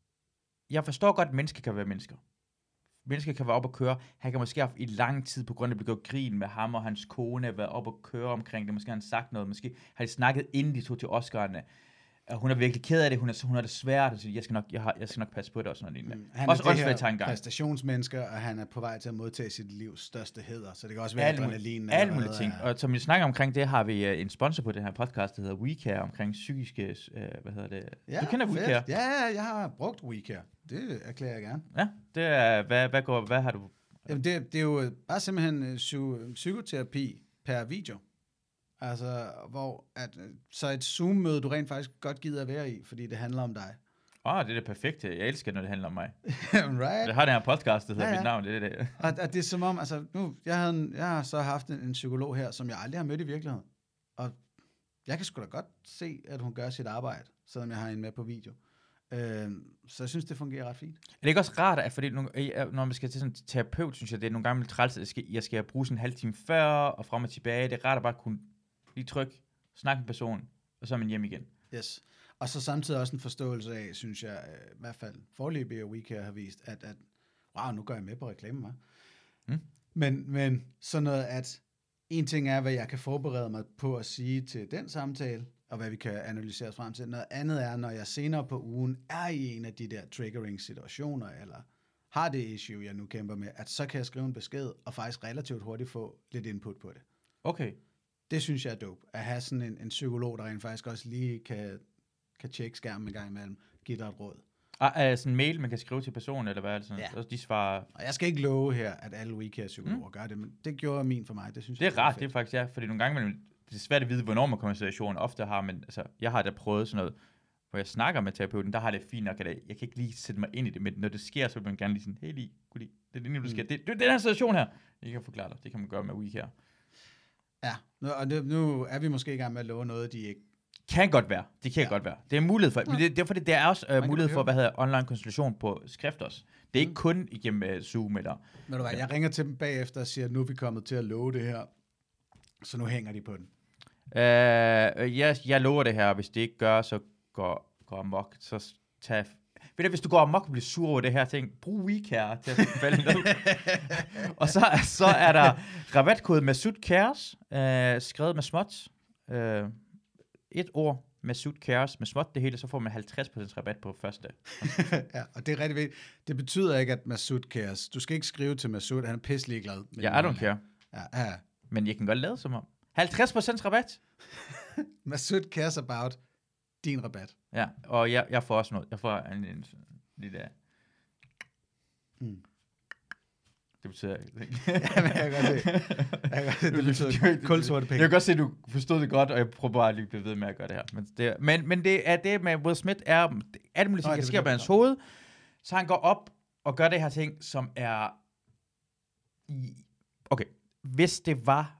jeg forstår godt, at mennesker kan være mennesker. Mennesker kan være op og køre. Han kan måske have i lang tid, på grund af at begå grin med ham og hans kone, været op og køre omkring det. Måske har han sagt noget. Måske har de snakket, inden de tog til Oscar'erne. Hun er virkelig ked af det, hun er, hun er det svært, så jeg skal nok, jeg, har, jeg skal nok passe på det og sådan noget. Mm. Han er også det her præstationsmenneske, og han er på vej til at modtage sit livs største hæder, så det kan også være alle adrenalin. Alle mulige ting, er... og som vi snakker omkring det, har vi uh, en sponsor på den her podcast, der hedder WeCare, omkring psykiske, uh, hvad hedder det? Ja, du kender fedt. WeCare? Ja, jeg har brugt WeCare, det erklærer jeg gerne. Ja, det er, hvad, hvad, går, hvad har du? Jamen, det, det er jo bare simpelthen psy- psykoterapi per video. Altså, hvor at, så et Zoom-møde, du rent faktisk godt gider at være i, fordi det handler om dig. Åh, oh, det er det perfekte. Jeg elsker, når det handler om mig. Right? Det har den her podcast, der hedder ja, ja. mit navn. Det er det. og, og det er som om, altså, nu, jeg, havde en, jeg har så haft en, en psykolog her, som jeg aldrig har mødt i virkeligheden. Og jeg kan sgu da godt se, at hun gør sit arbejde, selvom jeg har en med på video. Øh, så jeg synes, det fungerer ret fint. Er det ikke også rart, at fordi, når man skal til sådan en terapeut, synes jeg, det er nogle gange lidt træls, at jeg skal, jeg skal bruge sådan en halv time før, og frem og tilbage. Det er rart at bare kunne lige trykke, snakke med personen, og så er man hjem igen. Yes. Og så samtidig også en forståelse af, synes jeg, i hvert fald foreløbig og WeCare har vist, at, at wow, nu går jeg med på reklamen, hva'? Mm. Men, men sådan noget, at en ting er, hvad jeg kan forberede mig på at sige til den samtale, og hvad vi kan analysere os frem til. Noget andet er, når jeg senere på ugen er i en af de der triggering situationer, eller har det issue, jeg nu kæmper med, at så kan jeg skrive en besked, og faktisk relativt hurtigt få lidt input på det. Okay. Det synes jeg er dope, at have sådan en, en psykolog, der rent faktisk også lige kan, kan tjekke skærmen en gang imellem, give dig et råd. Ah, er sådan en mail, man kan skrive til personen, eller hvad er det sådan? Ja. De svarer... Og jeg skal ikke love her, at alle WeCare-psykologer mm. gør det, men det gjorde min for mig. Det synes det er jeg, rart, det er faktisk, ja, fordi nogle gange, det er svært at vide, hvornår man kommer i situationen. Ofte har man, altså, jeg har da prøvet sådan noget, hvor jeg snakker med terapeuten, der har det fint nok, at jeg, jeg kan ikke lige sætte mig ind i det, men når det sker, så vil man gerne lige sådan, hey lige, kunne det er det, der sker. Det, det er den her situation her. Jeg kan forklare dig, det kan man gøre med week her. Ja, nu, og nu, nu er vi måske i gang med at love noget, de ikke... Kan godt være, det kan ja. godt være. Det er mulighed for, ja. men det, det er fordi, det er også uh, mulighed for, hvad hedder online konsultation på skrift også. Det er mm. ikke kun igennem uh, Zoom eller... Ved du hvad, jeg ringer til dem bagefter og siger, at nu er vi kommet til at love det her, så nu hænger de på den. Uh, jeg, jeg lover det her, hvis det ikke gør, så går, går amok, så tag... Ved du, hvis du går amok og bliver sur over det her ting, brug week her til at falde ned. Og så, så er der rabatkode Masud Cares, uh, skrevet med småt. Uh, et ord, Masud Cares, med småt det hele, så får man halvtreds procent rabat på første. Ja, og det er rigtig vigtigt. Det betyder ikke, at Masud Cares. Du skal ikke skrive til Masud, han er pisselig glad. Ja, I don't care. Ja, ja. Men jeg kan godt lade som om. halvtreds procent rabat. Masud cares about din rabat. Ja, og jeg, jeg får også noget. Jeg får en, en, en lille... Mm. Det betyder ikke. Ja, men jeg kan godt se. Jeg kan godt se, det betyder kulsorte penge. Jeg kan godt se, at du forstod det godt, og jeg prøver bare lige at blive ved med at gøre det her. Men det, men, men det er det med Will Smith, er alt muligt, der sker på hans hoved, så han går op og gør det her ting, som er... Okay, hvis det var...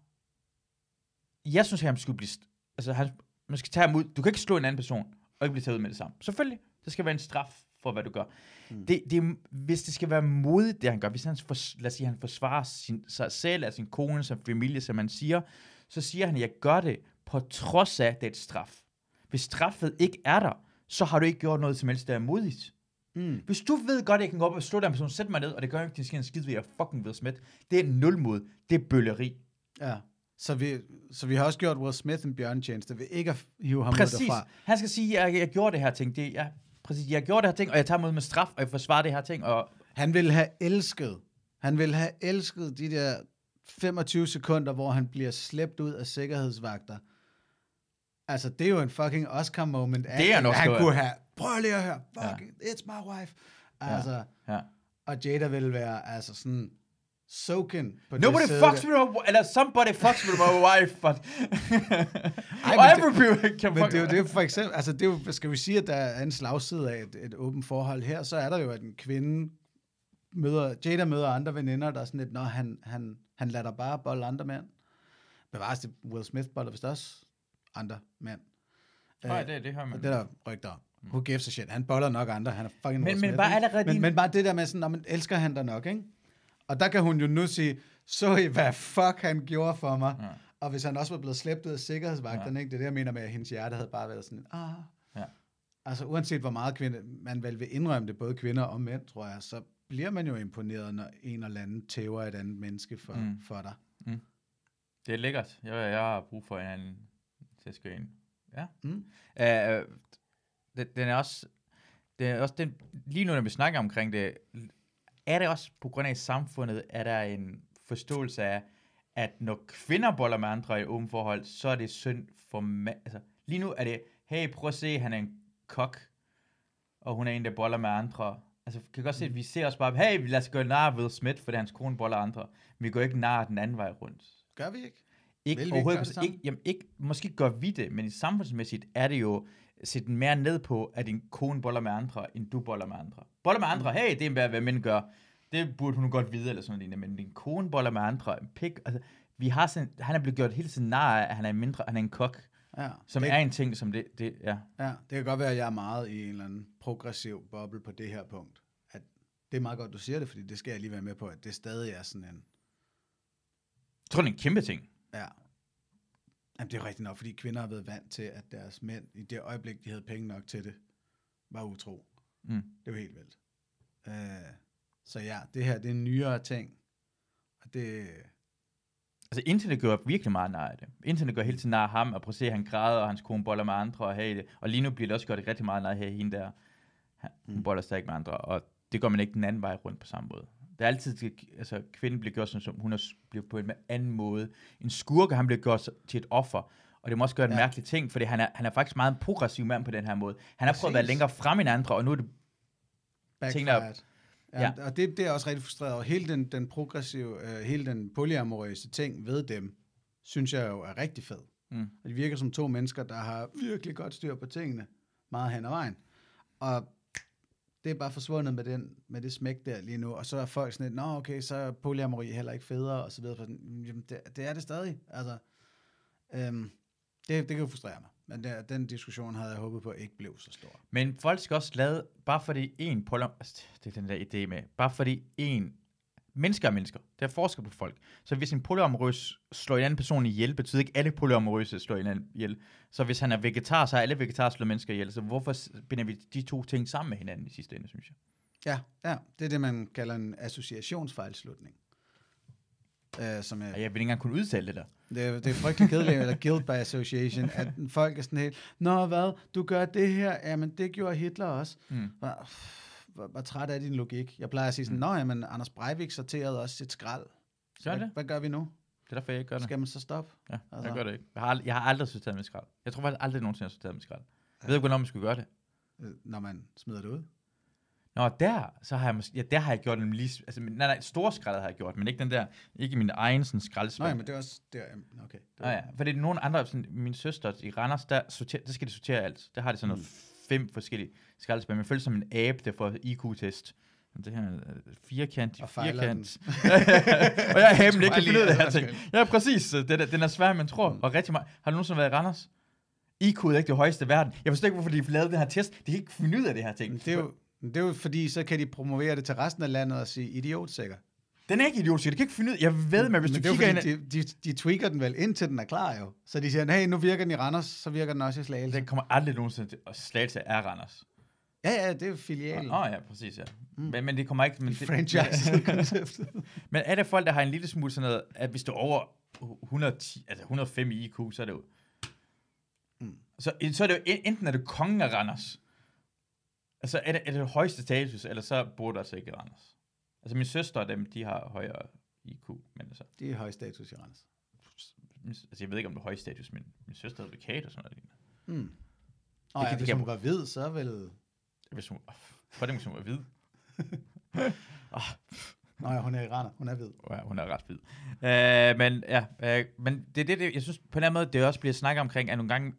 Jeg synes, at han skulle blive... Altså, han, man skal tage ham ud. Du kan ikke slå en anden person, og ikke blive taget ud med det samme. Selvfølgelig, der skal være en straf for, hvad du gør. Mm. Det, det, hvis det skal være modigt, det han gør, hvis han, for, lad os sige, han forsvarer sin, sig selv, af sin kone, sin familie, som man siger, så siger han, at jeg gør det på trods af, at det er et straf. Hvis straffet ikke er der, så har du ikke gjort noget som helst, der er modigt. Mm. Hvis du ved godt, at jeg kan gå op og slå den person, sæt mig ned, og det gør ikke, at det sker en skid ved, at jeg fucking Will Smith. Det er nul mod. Det er bølleri. Ja. Så vi, så vi har også gjort Will Smith en bjørntjeneste ved ikke at hive ham præcis. ud derfra. Han skal sige, at jeg, jeg gjorde det her ting. Det, jeg, præcis, jeg gjorde det her ting, og jeg tager mod med straf, og jeg forsvarer det her ting. Og han ville have elsket, han ville have elsket de der femogtyve sekunder, hvor han bliver slæbt ud af sikkerhedsvagter. Altså, det er jo en fucking Oscar moment. Det er nok han stort. kunne have, prøv lige at høre, fuck it, it's my wife. Altså, ja. Ja. Og Jada ville være, altså sådan... soaken på Nobody det fucks with my eller somebody fucks with my wife, but Ej, men det, men det er jo det for eksempel, altså det er jo, skal vi sige, at der er en slagside af et, et åbent forhold her, så er der jo, at en kvinde møder, Jada møder andre veninder, der er sådan lidt, når han, han, han lader dig bare bolle andre mænd. Bevares det, Will Smith boller vist også andre mænd. Nej, det, det har man. Det der rygter om. Who gives a shit? Han boller nok andre, han er fucking men, Will men Smith. Bare allerede men, din... men bare det der med sådan, når man elsker han der nok, ikke? Og der kan hun jo nu sige, så I hvad fuck han gjorde for mig. Ja. Og hvis han også var blevet slæbt ud af sikkerhedsvagterne, ja. Ikke? Det er det, jeg mener med, at hendes hjerte havde bare været sådan, ah. Ja. Altså uanset hvor meget kvinde, man vel vil indrømme det, både kvinder og mænd, tror jeg, så bliver man jo imponeret, når en eller anden tæver et andet menneske for, mm. for dig. Mm. Det er lækkert. Jeg, jeg har brug for en anden til at skrive ind. Ja. Mm. Uh, det, den er også, det er også den, lige nu, når vi snakker omkring det, er det også på grund af samfundet, er der en forståelse af, at når kvinder boller med andre i et åbent forhold, så er det synd for mænd. Altså, lige nu er det, hey, prøv at se, han er en kok, og hun er en, der boller med andre. Altså, kan godt se, at vi ser os bare, hey, lad os gøre nar Will Smith, fordi hans kone boller andre. Men vi går ikke nar den anden vej rundt. Gør vi ikke? Ikke Vil overhovedet. Ikke, ikke, jamen, ikke, måske gør vi det, men i samfundsmæssigt er det jo sætte mere ned på, at din kone boller med andre, end du boller med andre. Boller med andre, hey, det er hvad, hvad mænd gør. Det burde hun godt vide, eller sådan noget. Men din kone boller med andre, pik, altså, vi har sådan, han er blevet gjort hele tiden nar af, at han er mindre, han er en kok. Ja, som det, er en ting, som det, det, ja. Ja, det kan godt være, at jeg er meget i en eller anden progressiv boble på det her punkt. At det er meget godt, du siger det, fordi det skal jeg lige være med på, at det stadig er sådan en... Jeg tror, det er en kæmpe ting. Ja. Jamen, det er rigtigt nok, fordi kvinder har været vant til, at deres mænd, i det øjeblik, de havde penge nok til det, var utro. Mm. Det var helt vildt. Uh, så ja, det her, det er en nyere ting. Og det... Altså, internet gør virkelig meget nar af det. Internet gør hele tiden nar af ham, og prøv at se, han græder, og hans kone boller med andre, og hey, det. Og lige nu bliver det også gjort rigtig meget nar af hende der. Hun mm. boller stadig med andre, og det gør man ikke den anden vej rundt på samme måde. Det er altid, altså, kvinden bliver gjort sådan, som hun bliver på en anden måde. En skurke, han bliver gjort til et offer, og det må også gøre en ja. mærkelig ting, fordi han er, han er faktisk meget en progressiv mand på den her måde. Han har prøvet at være længere frem end andre, og nu er det ting, der... Ja, ja. Og det, det er også rigtig frustreret over. Hele den, den progressive, uh, hele den polyamorøse ting ved dem, synes jeg jo er rigtig fed. Mm. Det virker som to mennesker, der har virkelig godt styr på tingene. meget hen ad vejen. Og det er bare forsvundet med, den, med det smæk der lige nu, og så er folk sådan lidt, nå okay, så er polyamori heller ikke federe, og så videre. Jamen, det, det er det stadig. Altså, øhm, det, det kan jo frustrere mig. Men der, den diskussion havde jeg håbet på ikke blev så stor. Men folk skal også lade, bare fordi en polyamor, altså, det er den der idé med, bare fordi en, mennesker er mennesker, det er forskel på folk. Så hvis en polyamorøs slår en anden person ihjel, betyder ikke alle polyamorøse slår en anden ihjel. Så hvis han er vegetar, så er alle vegetarer slår mennesker ihjel. Så hvorfor binder vi de to ting sammen med hinanden i sidste ende, synes jeg? Ja, ja, det er det, man kalder en associationsfejlslutning. Uh, som jeg, jeg vil ikke engang kunne udtale det der. Det er, det er frygtelig kedeligt, eller guilt by association, at folk er sådan helt, nå hvad, du gør det her, jamen det gjorde Hitler også. Mm. Hvor, hvor, hvor træt er din logik? Jeg plejer at sige sådan, mm. nå jamen, Anders Breivik sorterede også sit skrald. Så hvad, hvad gør vi nu? Det er derfor, jeg ikke gør det. Skal man så stoppe? Ja, altså. Jeg gør det ikke. Jeg har, ald- jeg har aldrig sorteret med skrald. Jeg tror faktisk aldrig nogensinde, jeg har sorteret med skrald. Jeg ja. ved ikke, hvornår man skulle gøre det. Når man smider det ud? Nå, der, så har jeg, mås- ja, der har jeg gjort en lige, altså, nej, nej, store skralder har jeg gjort, men ikke den der, ikke min egen sådan skraldespand. Nej, men det er også, der, okay. Det Nå ja, for det er nogle andre, sådan, min søster i Randers, der, sorter, der skal de sortere alt. Der har de sådan noget mm. fem forskellige skraldespand. Man føler som en abe, der får I Q-test. Det her er firkant, og firkant. Og jeg har ikke kan finde ud af det her ting. Ja, præcis. Den er, den er svær, man tror. Mm. Og rigtig meget. Har du nogensinde været i Randers? I Q er ikke det højeste i verden. Jeg forstår ikke, hvorfor de har lavet den her test. De kan ikke finde ud af det her ting. Det er jo, det er jo fordi, så kan de promovere det til resten af landet og sige, idiot-sikker. Den er ikke idiot-sikker. De kan ikke finde ud af. Jeg ved, men hvis men du kigger ind... De, de, de tweaker den vel, indtil den er klar jo. Så de siger, hey, nu virker den i Randers, så virker den også i Slagelse. Den kommer aldrig nogensinde til at Slagelse er Randers. Ja, ja, det er jo filialen. Åh oh, ja, præcis, ja. Mm. Men, men det kommer ikke... Men det, franchise. Men er det folk, der har en lille smule sådan noget, at hvis du er over hundrede og ti, altså hundrede og fem i I Q, så er det jo... Mm. Så, så er det jo, enten er det kongen af Randers, altså er det, er det højeste status, eller så bor der altså ikke i Randers. Altså min søster og dem, de har højere I Q, men altså... De er høj status i Randers. Altså jeg ved ikke, om det er høj status, men min søster er advokat og sådan noget. Mm. Og ja, hvis hun var hvid, så vel... Hvis hun, for det, hvis hun var hvid. oh. Nå ja, hun er iraner. Hun er hvid. Ja, hun er ret hvid. Uh, men ja, uh, men det er det, det, jeg synes på en eller anden måde, det også bliver snakket omkring, at nogle gange,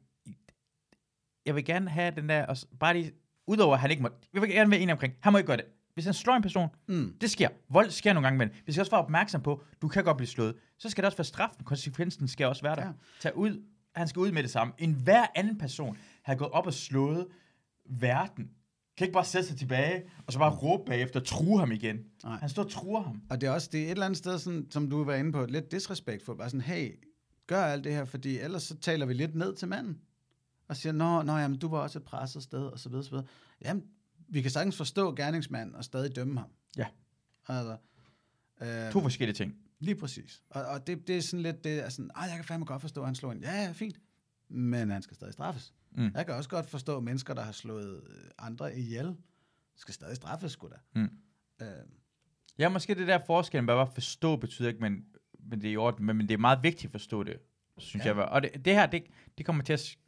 jeg vil gerne have den der, og bare lige, udover at han ikke må, jeg vil gerne være enig omkring, han må ikke gøre det. Hvis han slår en person, mm. det sker. Vold sker nogle gange, men vi skal også være opmærksom på, du kan godt blive slået. Så skal det også være straffen. Konsekvensen skal også være der. Ja. Tag ud. Han skal ud med det samme. En hver anden person har gået op og slået verden. Kan ikke bare sætte sig tilbage, og så bare råbe bagefter, true ham igen. Nej. Han står og truer ham. Og det er også det er et eller andet sted, sådan, som du var inde på, lidt disrespektfuldt. Bare sådan, hey, gør alt det her, fordi ellers så taler vi lidt ned til manden. Og siger, nå, nå jamen, du var også et presset sted, og så videre, så videre. Jamen, vi kan sagtens forstå gerningsmanden, og stadig dømme ham. Ja. Altså, øh, to forskellige ting. Lige præcis. Og, og det, det er sådan lidt, det er sådan, jeg kan fandme godt forstå, at han slår en. Ja, ja, fint. Men han skal stadig straffes. Mm. Jeg kan også godt forstå, mennesker, der har slået andre ihjel, skal stadig straffes, sgu da. Mm. Øh. Ja, måske det der forskel, bare forstå betyder ikke, men, men det er i orden, men, men det er meget vigtigt at forstå det, synes ja. jeg. Og det, det her, det, det kommer til at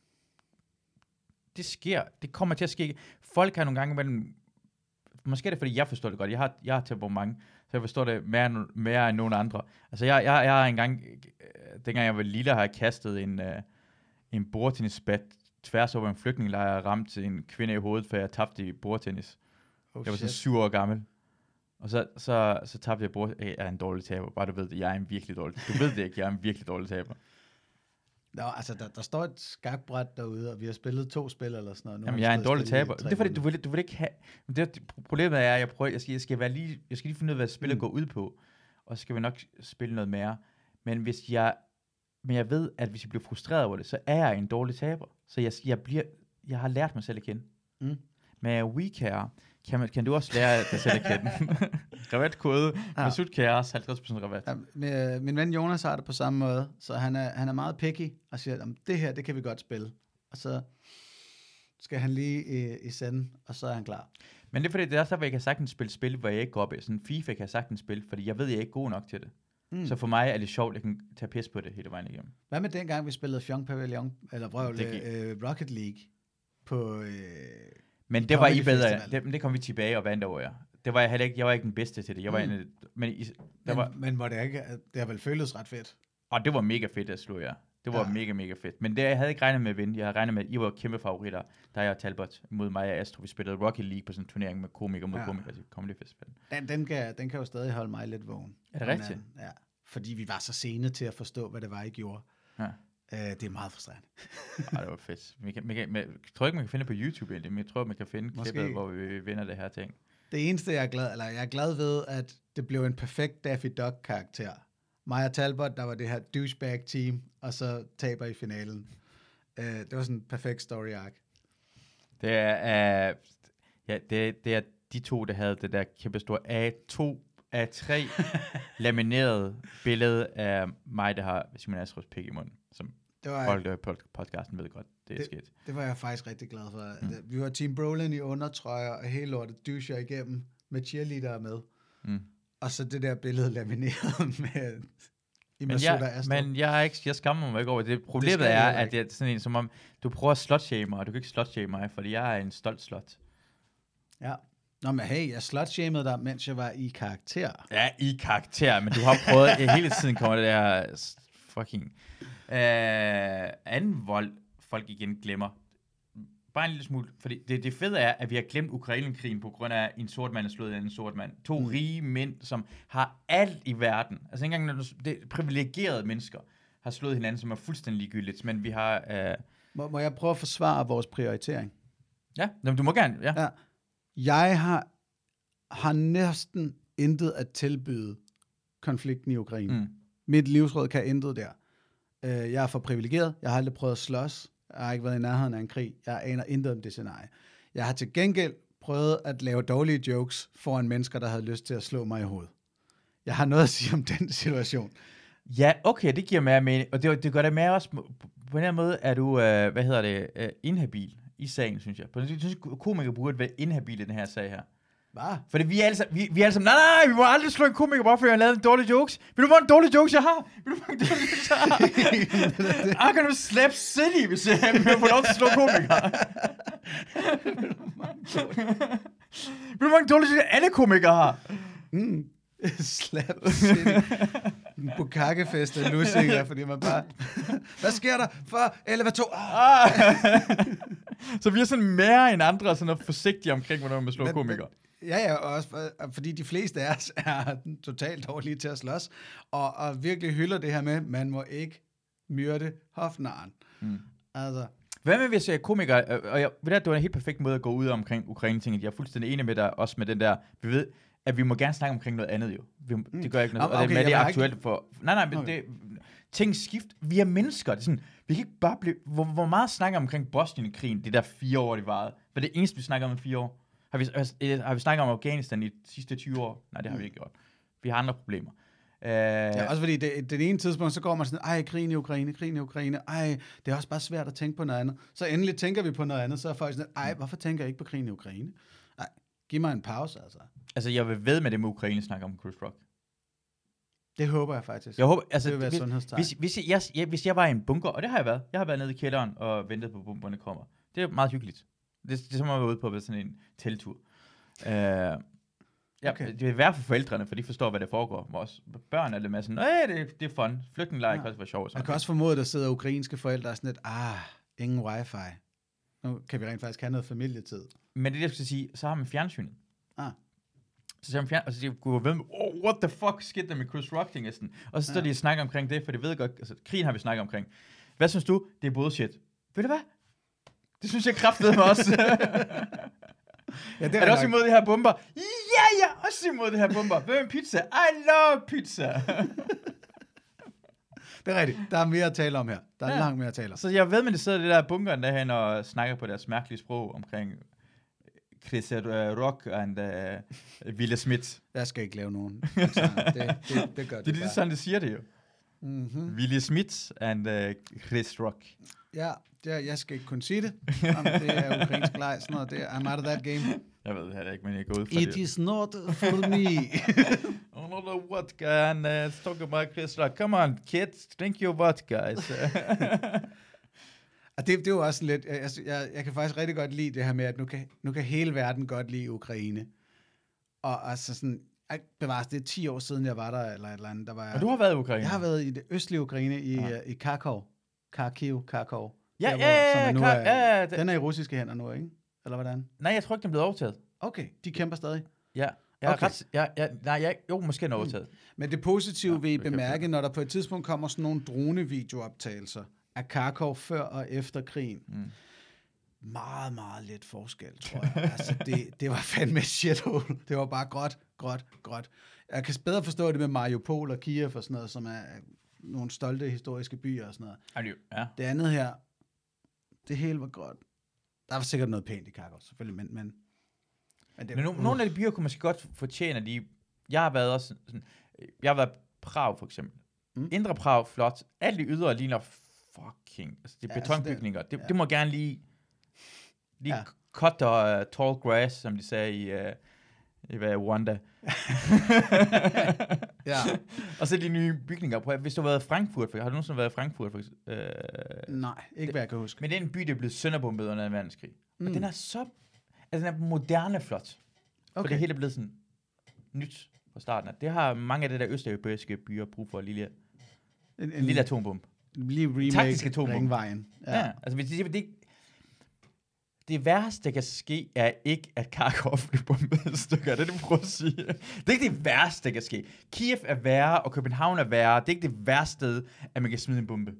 det sker, det kommer til at ske. Folk har nogle gange mellem, måske er det, fordi jeg forstår det godt. Jeg har, jeg har temperament, så jeg forstår det mere, mere end nogen andre. Altså, jeg, jeg, jeg har engang, dengang jeg var lille, har jeg kastet en, uh, en bordtennisbat tværs over en flygtningelejr og ramt en kvinde i hovedet, for jeg tabte i bordtennis. Oh, jeg var så syv år gammel. Og så, så, så tabte jeg bord. Jeg er en dårlig taber. Bare du ved det, jeg er en virkelig dårlig taber. Du ved det ikke, jeg er en virkelig dårlig taber. Nå, altså, der, der står et skakbræt derude, og vi har spillet to spil eller sådan noget. Nu Jamen, jeg er en dårlig taber. Det er fordi, du vil, du vil ikke have... Det, problemet er, at jeg, prøver, jeg, skal, jeg, skal være lige, jeg skal lige finde ud af, hvad spillet mm. går ud på. Og så skal vi nok spille noget mere. Men hvis jeg... Men jeg ved, at hvis jeg bliver frustreret over det, så er jeg en dårlig taber. Så jeg, jeg, bliver, jeg har lært mig selv at kende. Mm. Med WeCare kan, man, kan du også lære dig selv at kende. Rabatkode, ja. Med Sudcares, halvtreds procent rabat. Ja, med, min ven Jonas har det på samme måde, så han er, han er meget picky, og siger, det her, det kan vi godt spille. Og så skal han lige i, i sende, og så er han klar. Men det er fordi, det er også derfor, jeg kan sagtens spille spil, hvor jeg ikke går op i. Sådan FIFA kan jeg sagtens spille, fordi jeg ved, jeg er ikke god nok til det. Mm. Så for mig er det sjovt, at jeg kan tage pis på det hele vejen igennem. Hvad med dengang, vi spillede Fjong Pavillon, eller vrøvle, øh, Rocket League på... Øh, men det var I bedre. Det, det kom vi tilbage og vandt over jer. Det var jeg heller ikke. Jeg var ikke den bedste til det. Jeg var mm. en, men, I, der men, var, men var det ikke? Det har vel føltes ret fedt. Og det var mega fedt at slå jer. Det var ja. mega, mega fedt. Men det, jeg havde ikke regnet med at vinde. Jeg havde regnet med, at I var kæmpe favoritter, der jeg og Talbot mod mig og Astro. Vi spillede Rocket League på sådan en turnering med komikere mod ja. komikere til Comedy Festival. Den, den, kan, den kan jo stadig holde mig lidt vågen. Er det rigtigt? Ja, fordi vi var så sene til at forstå, hvad det var, I gjorde. Ja. Uh, det er meget frustrerende. Ej, det var fedt. Man kan, man kan, man, jeg tror ikke, man kan finde det på YouTube egentlig, men jeg tror, man kan finde Måske. klippet, hvor vi vinder det her ting. Det eneste, jeg er glad, eller jeg er glad ved, at det blev en perfekt Daffy Duck-karakter. Mig og Talbot, der var det her douchebag-team, og så taber i finalen. Uh, det var sådan en perfekt story arc. Det er, uh, ja, det, det er de to, der havde det der kæmpe store A to A tre lamineret billede af mig, der har Simon Astrups pik i munden, som det var, folk, der på podcasten ved godt, det er det, sket. Det var jeg faktisk rigtig glad for. Mm. Vi var Team Brolin i undertrøjer, og hele lortet doucher igennem med cheerleadere med. Mm. Og så det der billede lamineret med i men jeg, men jeg, er ikke, jeg skammer mig ikke over det. Problemet det er, at det er sådan en, som om du prøver at slutshame mig, og du kan ikke slutshame mig, fordi jeg er en stolt slut. Ja. Nå, men hey, jeg slutshamede dig, mens jeg var i karakter. Ja, i karakter, men du har prøvet, jeg hele tiden kommer det der fucking øh, anden vold, folk igen glemmer. Bare en lille smule, fordi det, det fede er, at vi har glemt Ukraine-krigen på grund af en sort mand, der slået en sort mand. To mm. rige mænd, som har alt i verden. Altså ikke engang det privilegerede mennesker har slået hinanden, som er fuldstændig ligegyldigt, men vi har... Øh... Må, må jeg prøve at forsvare vores prioritering? Ja, men du må gerne, ja. ja. Jeg har, har næsten intet at tilbyde konflikten i Ukraine. Mm. Mit livsråd kan intet der. Uh, jeg er for privilegeret. Jeg har aldrig prøvet at slås. Jeg har ikke været i nærheden af en krig. Jeg aner intet om det scenarie. Jeg har til gengæld prøvet at lave dårlige jokes foran mennesker, der havde lyst til at slå mig i hovedet. Jeg har noget at sige om den situation. Ja, okay, det giver mere mening. Og det, det gør det mere også. På den her måde er du, uh, hvad hedder det, uh, inhabil i sagen, synes jeg. Jeg synes, komikere burde være inhabile i den her sag her. Hvad? Fordi vi er altså, vi, vi er altså, nej, nej, vi må aldrig slå en komiker bare, fordi jeg har lavet en dårlig jokes. Vil du få en dårlig jokes, jeg har? Vil du få en dårlig jokes, jeg har? Jeg kan du slap City, hvis jeg får lov til at slå komikere. Vil du få en dårlig jokes, alle komikere har? Mm. Slap City. En bukkakefest af lussinger, fordi man bare... Hvad sker der for elevator? Ah. Så vi er sådan mere end andre, sådan noget forsigtige omkring, hvordan man slår men, komikere. Men, ja, ja, også for, fordi de fleste af os er totalt dårlige til at slås, og, og virkelig hylder det her med, man må ikke myrde hofnaren. Mm. Altså... Hvad med hvis jeg er komiker, og jeg ved at det var en helt perfekt måde at gå ud omkring Ukraine-tinget. Jeg er fuldstændig enig med dig, også med den der, vi ved, at vi må gerne snakke omkring noget andet jo. Vi, mm. Det gør ikke noget, okay, og det, men det er aktuelt ikke... for... Nej, nej, men okay. det... Ting skift. Vi er mennesker. Det er sådan, vi kan ikke bare blive... Hvor, hvor meget snakker omkring Bosnien-krigen, det der fire år, det varede? Hvad er det eneste, vi snakker om i fire år? Har vi, har vi snakket om Afghanistan i de sidste tyve år? Nej, det har vi ikke gjort. Vi har andre problemer. Uh, ja, også fordi det, det ene tidspunkt, så går man sådan, ej, krigen i Ukraine, krigen i Ukraine, ej, det er også bare svært at tænke på noget andet. Så endelig tænker vi på noget andet, så er folk sådan, ej, hvorfor tænker jeg ikke på krigen i Ukraine? Ej, giv mig en pause, altså. Altså, jeg vil ved med det med Ukraine snakker om Chris Rock. Det håber jeg faktisk. Jeg håber, altså, det vil være sundhedstegn. Hvis, hvis, jeg, jeg, hvis jeg var i en bunker, og det har jeg været, jeg har været nede i kælderen og ventet på, at bomberne kommer. Det er meget hyggeligt. Det, det er som at være ude på sådan en teltur. Uh, Ja, okay. Det vil være for forældrene, for de forstår, hvad det foregår. Vores børn er lidt mere sådan, nej, det, det er fun. Flygtningelejr ja. Kan også være sjovt. Jeg kan også formode, at der sidder ukrainske forældre og sådan lidt, ah, ingen wifi. Nu kan vi rent faktisk have noget familietid. Men det er det, jeg skal sige, så har man fjernsynet. Ah. Så ser man fjern, og så siger vi, ved med, oh, what the fuck skete der med Chris Rock, ting sådan. Og så står ja. de og snakker omkring det, for det ved godt, altså krigen har vi snakket omkring. Hvad synes du? Det er bullshit. Ved du hvad? Det synes jeg kraftedeme mig også. Ja, det er, er du også imod de her bomber? Ja, jeg er også imod de her bomber. Hvad med pizza? I love pizza. Det er rigtigt. Der er mere at tale om her. Der er ja. langt mere at tale om. Så jeg ved, men det sidder det der bunkeren derhen og snakker på deres mærkelige sprog omkring Chris Rock og uh, Will Smith. Jeg skal ikke lave nogen. Altså, det, det, det gør det, det, det er sådan, det siger det jo. Mm-hmm. Will Smith and uh, Chris Rock. Ja, det, jeg skal ikke kunne sige det. Om det er ukrainsk leg, sådan noget. Det er, I'm out of that game. Jeg ved det ikke, men jeg går ud fra It det. It is not for me. Another vodka and uh, talk about Chris Rock. Come on, kids, drink your vodka. Og det, det er jo også lidt... Jeg, jeg, jeg kan faktisk rigtig godt lide det her med, at nu kan, nu kan hele verden godt lide Ukraine. Og altså sådan... Bevares, det er ti år siden, jeg var der, eller et eller andet. Der var jeg, og du har været i Ukraine? Jeg har været i det østlige Ukraine, i, ja. i Kharkov. Kharkiv, Kharkov. Ja, der, ja, ja, ja, nu klar, er, ja, ja, det- Den er i russiske hænder nu, ikke? Eller hvordan? Nej, jeg tror ikke, den er blevet overtaget. Okay, de kæmper stadig. Ja, jeg er Okay. ret... Ja, ja, nej, jeg, jo, måske er den overtaget. Men det positive Ja, ja, vil I det kan bemærke, jeg når der på et tidspunkt kommer sådan nogle dronevideooptagelser af Kharkov før og efter krigen. Mm. Meget, meget lidt forskel, tror jeg. Altså, det, det var fandme et shithole. Det var bare gråt, gråt, gråt. Jeg kan bedre forstå det med Mariupol og Kiev og sådan noget, som er nogle stolte historiske byer og sådan noget. Altså, ja. Det andet her, det hele var gråt. Der var sikkert noget pænt i Kharkov, selvfølgelig, men... Men, men, det, Men no, uh. nogle af de byer kunne måske godt fortjene, at de... Jeg har været også sådan... Jeg har været Prag, for eksempel. Mm. Indre Prag, flot. Alle de ydre ligner fucking... Altså, det er ja, betonbygninger. Altså det, det, ja. det må gerne lige... Lige Ja. cut og uh, tall grass, som de sagde i... Uh, i hvad, Rwanda. ja. Og så de nye bygninger. Prøv, hvis du har været i Frankfurt, for, har du nogensinde været i Frankfurt? For, øh, Nej, ikke hvad jeg kan huske. Men det er en by, der er blevet sønderbombet under en verdenskrig. Mm. Og den er så... Altså, den er moderne flot. Okay. For det hele er blevet sådan nyt fra starten af. Det har mange af de der østeuropæiske byer brug for, en lille, en, en, en lille atombombe. Lige remake Taktisk atombombe. Ringvejen. Ja. ja, altså hvis det, det, det værste, der kan ske, er ikke, at Kharkov bliver bombet i stykker. Det er det, du prøver at sige. Det er ikke det værste, der kan ske. Kiev er værre, og København er værre. Det er ikke det værste sted, at man kan smide en bombe.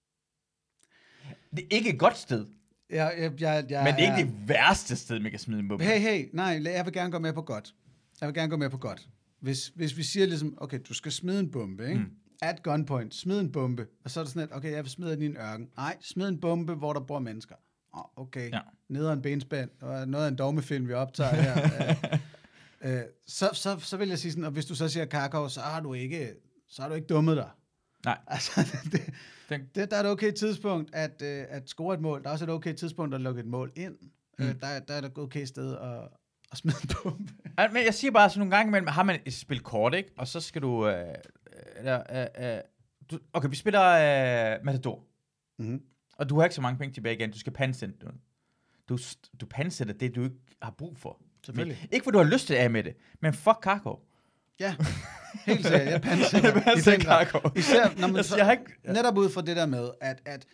Det er ikke et godt sted. Ja, jeg, jeg, jeg, men det er ikke det værste sted, man kan smide en bombe. Hey, hey, nej, jeg vil gerne gå med på godt. Jeg vil gerne gå med på godt. Hvis, hvis vi siger ligesom, okay, du skal smide en bombe, ikke? Mm. At gunpoint, smid en bombe, og så er det sådan, at, okay, jeg vil smide den i en ørken. Nej, smid en bombe, hvor der bor mennesker. Oh, okay, ja. Neder en benspænd, og noget af en dogmefilm, vi optager her. øh, øh, så, så, så vil jeg sige sådan, og hvis du så siger Kharkov, så har du ikke, så har du ikke dummet dig. Nej. Altså, det, det, der er et okay tidspunkt at, øh, at score et mål. Der er også et okay tidspunkt at lukke et mål ind. Mm. Øh, der, der er et okay sted at, at smide en bombe. Ja, men jeg siger bare, så nogle gange imellem har man et spil kort, ikke? Og så skal du... Øh, øh, øh, øh, du okay, vi spiller øh, Matador. Mm-hmm. Og du har ikke så mange penge tilbage igen. Du skal pansætte noget. Du, du pansætter det, du ikke har brug for. Selvfølgelig. Men, ikke for du har lyst til at af med det, men fuck Kharkov. Ja, helt sikkert. Jeg pansætter Kharkov. Især, når man altså, jeg har ikke, ja. Netop ud fra det der med, at, at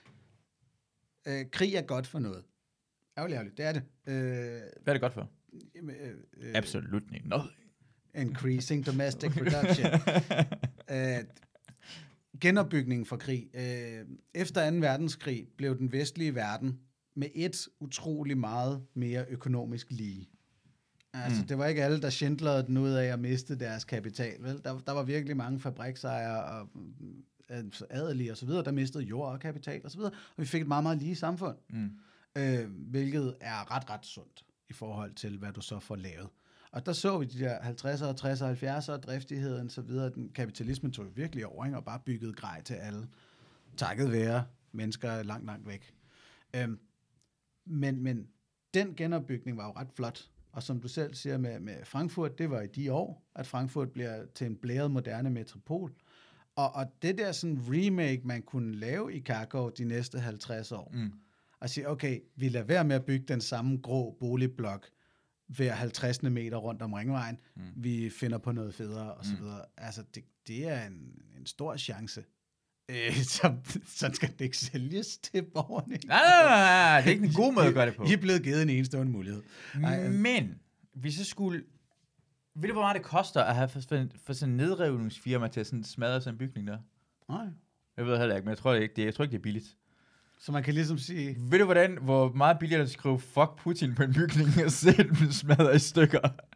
øh, krig er godt for noget. Ærgerligt, ærgerligt. Det er det. Øh, Hvad er det godt for? Øh, øh, Absolut noget. Increasing domestic production. øh, genopbygningen for krig. Øh, efter anden verdenskrig blev den vestlige verden med et utrolig meget mere økonomisk lige. Altså, mm. det var ikke alle, der schindlede den ud af at miste deres kapital, vel? Der, der var virkelig mange fabriksejere og adelige og så videre, der mistede jord og kapital og så videre, og vi fik et meget, meget lige samfund, mm. øh, hvilket er ret, ret sundt i forhold til, hvad du så får lavet. Og der så vi de der halvtredserne, tresserne, halvfjerdserne, driftigheden og så videre. Den kapitalismen tog virkelig over, ikke? Og bare byggede grej til alle. Takket være mennesker langt, langt væk. Øhm, men, men den genopbygning var jo ret flot. Og som du selv siger med, med Frankfurt, det var i de år, at Frankfurt bliver til en blæret moderne metropol. Og, og det der sådan remake, man kunne lave i Kharkov de næste halvtreds år, mm. og sige, okay, vi lader være med at bygge den samme grå boligblok hver halvtreds meter rundt om Ringvejen. Mm. Vi finder på noget federe, og så videre. Mm. Altså, det, det er en, en stor chance. Øh, så, sådan skal det ikke sælges til borgerne. Nej, nej, nej, nej, det er ikke en god måde at gøre det på. I er blevet givet en enestående mulighed. Ej, men, hvis jeg skulle... Ved du, hvor meget det koster at have for, for, for sådan en nedrivningsfirma til at sådan smadre sådan en bygning der? Nej. Jeg ved heller ikke, men jeg tror ikke, det, jeg tror ikke, det er billigt. Så man kan ligesom sige... Ved du, hvordan, hvor meget billigere at skrive fuck Putin på en bygning og sætte dem smadret i stykker?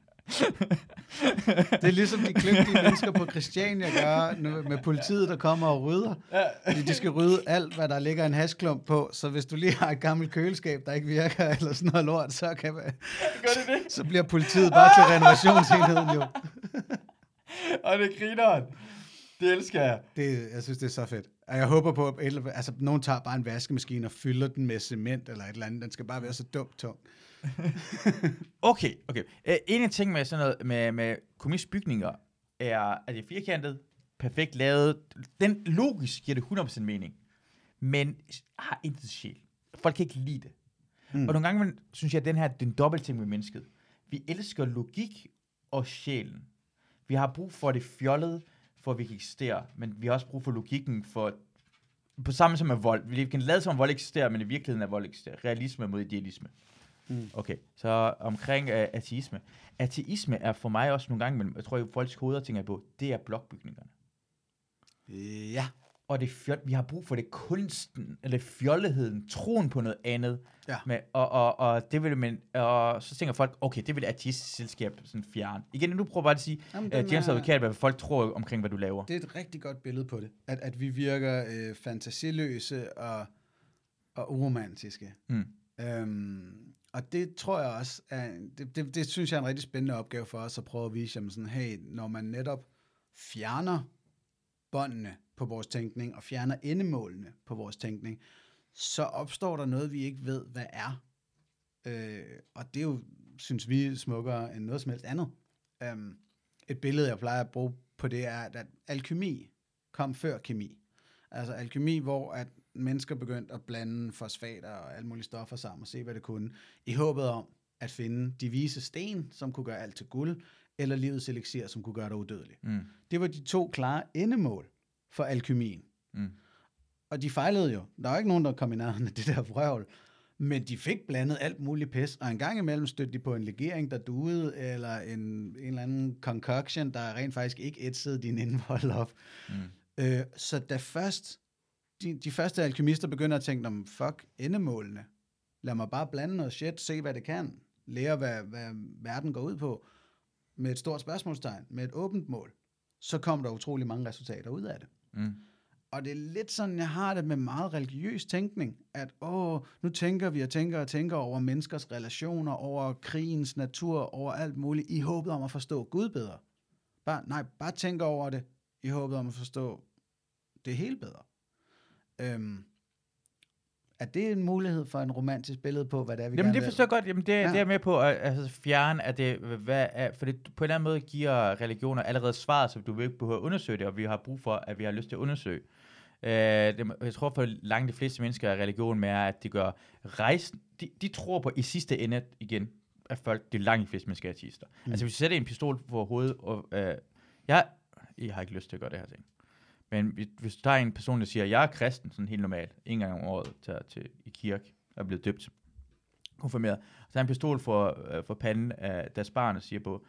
Det er ligesom de kløgtige mennesker på Christiania gør med politiet, der kommer og rydder. Fordi de skal rydde alt, hvad der ligger en hashklump på. Så hvis du lige har et gammelt køleskab, der ikke virker, eller sådan noget lort, så, kan man, Gør det det? så bliver politiet bare til renovationsenheden jo. Og det grineren. Det elsker jeg. Det, jeg synes, det er så fedt. Og jeg håber på, at et, altså, nogen tager bare en vaskemaskine og fylder den med cement eller et eller andet. Den skal bare være så dumt tung. okay, okay. Uh, en af ting med sådan noget, med, med komiske bygninger, er, at det er firkantet, perfekt lavet. Den logisk giver det hundrede procent mening, men har intet sjæl. Folk kan ikke lide det. Mm. Og nogle gange synes jeg, at den her, den dobbeltting med mennesket. Vi elsker logik og sjælen. Vi har brug for det fjollede, for at vi kan eksistere, men vi har også brug for logikken, for på samme som med vold. Vi kan lade som om vold eksisterer, men i virkeligheden er vold eksisterer. Realisme mod idealisme. Mm. Okay, så omkring uh, ateisme. Ateisme er for mig også nogle gange, men jeg tror, at folks hoveder tænker på, det er blokbygningerne. Ja. Og det fjol, vi har brug for det kunsten, eller fjolligheden, troen på noget andet. Ja. Med, og, og, og, det vil, men, og så tænker folk, okay, det vil et ateistisk selskab sådan fjerne. Igen, nu prøver bare at sige, at uh, James Advokat, hvad folk tror omkring, hvad du laver. Det er et rigtig godt billede på det. At, at vi virker øh, fantasiløse og, og uromantiske. Mm. Øhm, og det tror jeg også, er, det, det, det synes jeg er en rigtig spændende opgave for os, at prøve at vise dem sådan, hey, når man netop fjerner båndene på vores tænkning, og fjerner endemålene på vores tænkning, så opstår der noget, vi ikke ved, hvad er. Øh, og det er jo, synes vi, smukkere end noget som helst andet. Um, et billede, jeg plejer at bruge på det, er, at alkymi kom før kemi. Altså alkymi, hvor at mennesker begyndte at blande fosfater og alle mulige stoffer sammen, og se, hvad det kunne, i håbet om at finde de vise sten, som kunne gøre alt til guld, eller livets elixir, som kunne gøre dig udødelig. Mm. Det var de to klare endemål for alkymien. Mm. Og de fejlede jo. Der var ikke nogen, der kom i nærheden af det der vrøvl. Men de fik blandet alt muligt pis, og en gang imellem stødte de på en legering, der duede, eller en, en eller anden concoction, der rent faktisk ikke etsede din indvold op. Mm. Øh, så da først, de, de første alkymister begynder at tænke, fuck endemålene. Lad mig bare blande noget shit, se hvad det kan. Lære, hvad, hvad verden går ud på. Med et stort spørgsmålstegn, med et åbent mål. Så kom der utrolig mange resultater ud af det. Mm. Og det er lidt sådan, jeg har det med meget religiøs tænkning, at åh, nu tænker vi og tænker og tænker over menneskers relationer, over krigens natur, over alt muligt, i håbet om at forstå Gud bedre. Bare, nej, bare tænk over det, i håbet om at forstå det hele bedre. Øhm, er det en mulighed for en romantisk billede på, hvad det er, vi Jamen gerne det forstår jeg godt, jamen det, ja. det er med på at altså, fjerne, at det, hvad er, for det på en eller anden måde giver religioner allerede svaret, så du ikke behøver at undersøge det, og vi har brug for, at vi har lyst til at undersøge. Uh, det, jeg tror for langt de fleste mennesker er religion med, at de gør rejsen, de, de tror på i sidste ende igen, at folk, de langt de fleste mennesker er artister. Mm. Altså hvis du sætter en pistol på hovedet, og uh, jeg, jeg har ikke lyst til at gøre det her ting. Men hvis du tager en person, der siger, jeg er kristen, sådan helt normalt, en gang om året til, til, i kirke, og er blevet døbt, konfirmeret, så tager en pistol for, uh, for panden af deres barn og siger på,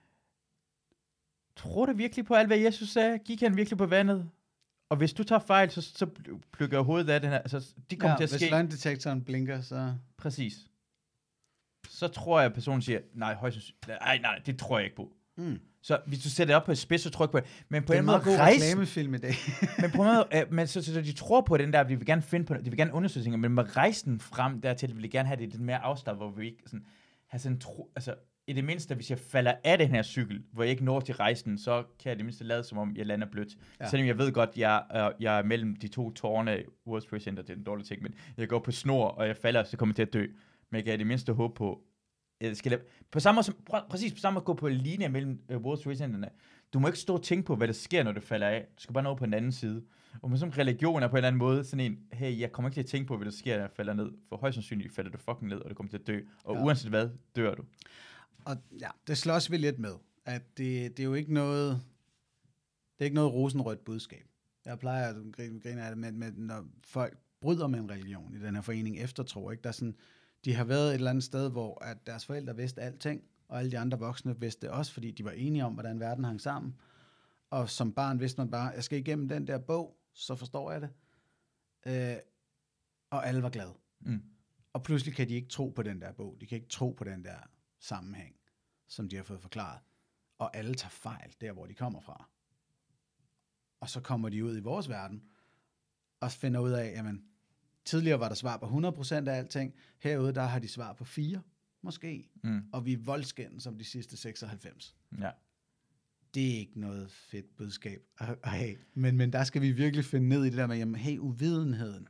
tror du virkelig på alt, hvad Jesus sagde? Gik han virkelig på vandet? Og hvis du tager fejl, så, så plukker jeg hovedet af den her. Altså, de kommer ja, til at ske. Hvis løgndetektoren blinker, så... Præcis. Så tror jeg, at personen siger, nej, højst sandsynligt. Nej, nej, det tror jeg ikke på. Mm. Så hvis du sætter det op på et spids, så tror jeg på det. Men på det er en måde måde rejsen... reklamefilm i dag. men på en måde, øh, men så, så, så de tror på den der, de vil gerne finde på det, de vil gerne undersøge ting, men med rejsen frem dertil, vil de gerne have det lidt mere afslappet, hvor vi ikke sådan, have sådan tro, altså, i det mindste, hvis jeg falder af den her cykel, hvor jeg ikke når til rejsen, så kan jeg det mindste lade, som om jeg lander blødt. Ja. Selvom jeg ved godt, jeg er, jeg er mellem de to tårne, World Trade Center, det er en dårlig ting, men jeg går på snor, og jeg falder, så kommer jeg til at dø. Men jeg kan i det mindste håbe på, jeg skal lade, på samme måde som, pr- præcis på samme måde gå på en linje mellem uh, World Trade Centerne. Du må ikke stå og tænke på, hvad der sker, når du falder af. Du skal bare nå på den anden side. Og med som religion er på en eller anden måde sådan en, hey, jeg kommer ikke til at tænke på, hvad der sker, når jeg falder ned. For højst sandsynligt falder du fucking ned, og du kommer til at dø. Og ja. Uanset hvad, dør du. Og ja, det slås vi lidt med, at det, det er jo ikke noget, det er ikke noget rosenrødt budskab. Jeg plejer at grine, grine af det, med, med, når folk bryder med en religion i den her forening eftertro, ikke? Der er sådan, de har været et eller andet sted, hvor at deres forældre vidste alting, og alle de andre voksne vidste det også, fordi de var enige om, hvordan verden hang sammen. Og som barn vidste man bare, jeg skal igennem den der bog, så forstår jeg det. Øh, og alle var glade. Mm. Og pludselig kan de ikke tro på den der bog. De kan ikke tro på den der sammenhæng, som de har fået forklaret. Og alle tager fejl der, hvor de kommer fra. Og så kommer de ud i vores verden, og finder ud af, jamen, tidligere var der svar på hundrede procent af alting, herude der har de svar på fire, måske. Mm. Og vi er voldskændt som de sidste seksoghalvfems. Ja. Det er ikke noget fedt budskab at have. Men, men der skal vi virkelig finde ned i det der med, jamen, hey, uvidenheden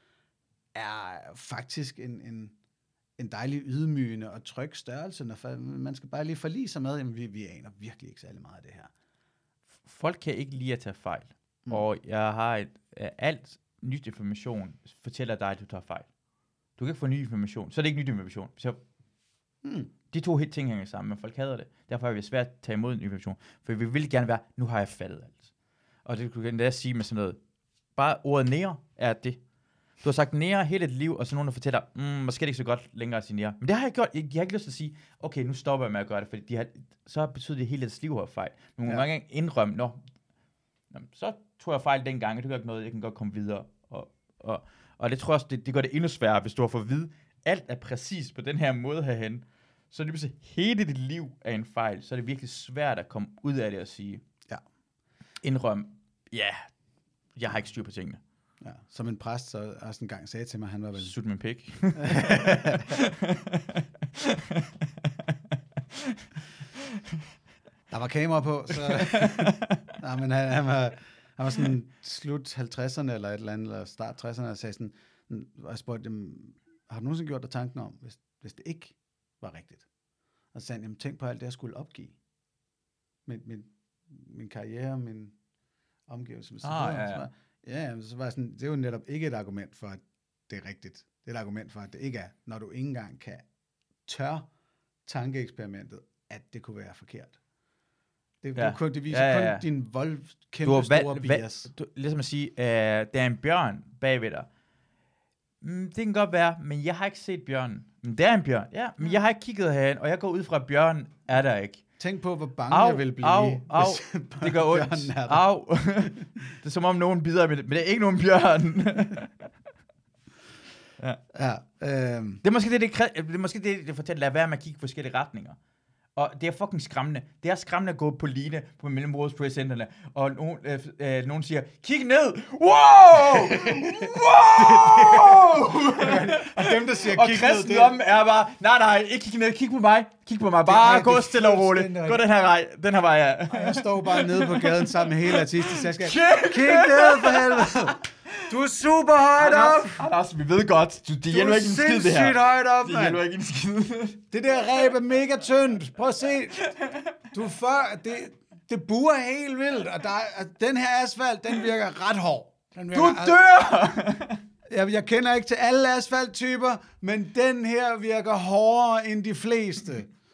er faktisk en, en en dejlig ydmygende og tryg størrelse, når man skal bare lige forlige sig med, jamen vi, vi aner virkelig ikke særlig meget af det her. Folk kan ikke lide at tage fejl, mm. og jeg har et, alt nyt information fortæller dig, at du tager fejl. Du kan ikke få ny information, så er det ikke ny information. Så, mm. De to helt ting hænger sammen, men folk hader det. Derfor er det svært at tage imod en information, for vi vil gerne være, nu har jeg faldet alt. Og det kan jeg sige med sådan noget, bare ordet nære, er det. Du har sagt nære hele dit liv, og så nogen, der fortæller, mm, måske er det ikke så godt længere at sige nære. Men det har jeg gjort. Jeg, jeg har ikke lyst til at sige, okay, nu stopper jeg med at gøre det, fordi de har, så betyder det hele deres liv har fejl. Men man ja. kan indrømme, nå, så tror jeg fejl dengang, og det gør ikke noget, jeg kan godt komme videre. Og, og, og det tror jeg også, det, det gør det endnu sværere, hvis du har fået at vide, alt er præcis på den her måde herhen. Så det vil hele dit liv er en fejl, så er det virkelig svært at komme ud af det og sige, ja. indrøm, ja, yeah, jeg har ikke styr på tingene. Ja, som en præst så også en gang sagde til mig, han var vel... Sut min pik. Der var kamera på, så... Nej, men han, han, var, han var sådan slut halvtredserne eller et eller andet, eller start tresserne, og sagde sådan... Og jeg spurgte dem, har du nogensinde gjort dig tanken om, hvis, hvis det ikke var rigtigt? Og så sagde han, jamen tænk på alt det, jeg skulle opgive. Min, min, min karriere, min omgivelse. Ah, ja, ja. Ja, så var jeg sådan, det er jo netop ikke et argument for, at det er rigtigt. Det er et argument for, at det ikke er, når du ikke engang kan tør tankeeksperimentet, at det kunne være forkert. Det, ja. kun, det viser ja, ja, ja. kun din vold, kæmpe du store valg, bias. Du, ligesom at sige, uh, der er en bjørn bagved dig. Mm, det kan godt være, men jeg har ikke set bjørnen. Men der er en bjørn, ja, men jeg har ikke kigget herhen, og jeg går ud fra, at bjørnen er der ikke. Tænk på, hvor bange au, jeg vil blive, au, au. Det gør ondt. Au. Det er som om nogen bider med det, men det er ikke nogen bjørn. ja. Ja, øhm. Det er måske det, det, det, er måske det, det fortæller, lad være med at kigge forskellige retninger. Og det er fucking skræmmende. Det er skræmmende at gå på line på mellemrådsprocenterne, og nogen, øh, øh, nogen siger, kig ned! Wow! Wow! Og dem, der siger, og kig ned, kristendommen er bare, nej, nej, ikke kig ned, kig på mig, kig på mig, bare gå stille og roligt. Gå den her vej, den her vej, ja. Og jeg står bare nede på gaden sammen med hele artistisk selskab. Kig ned for helvede! Du er super højt op! Anders, vi ved godt, du, det hjælper ikke en skid, det her. Du er højt op, det hjælper ikke en skid. Det der ræb er mega tyndt. Prøv at se. Du er for, det, det buer helt vildt, og der er, den her asfalt, den virker ret hård. Den virker, du dør! Jeg, jeg kender ikke til alle asfalttyper, men den her virker hårdere end de fleste.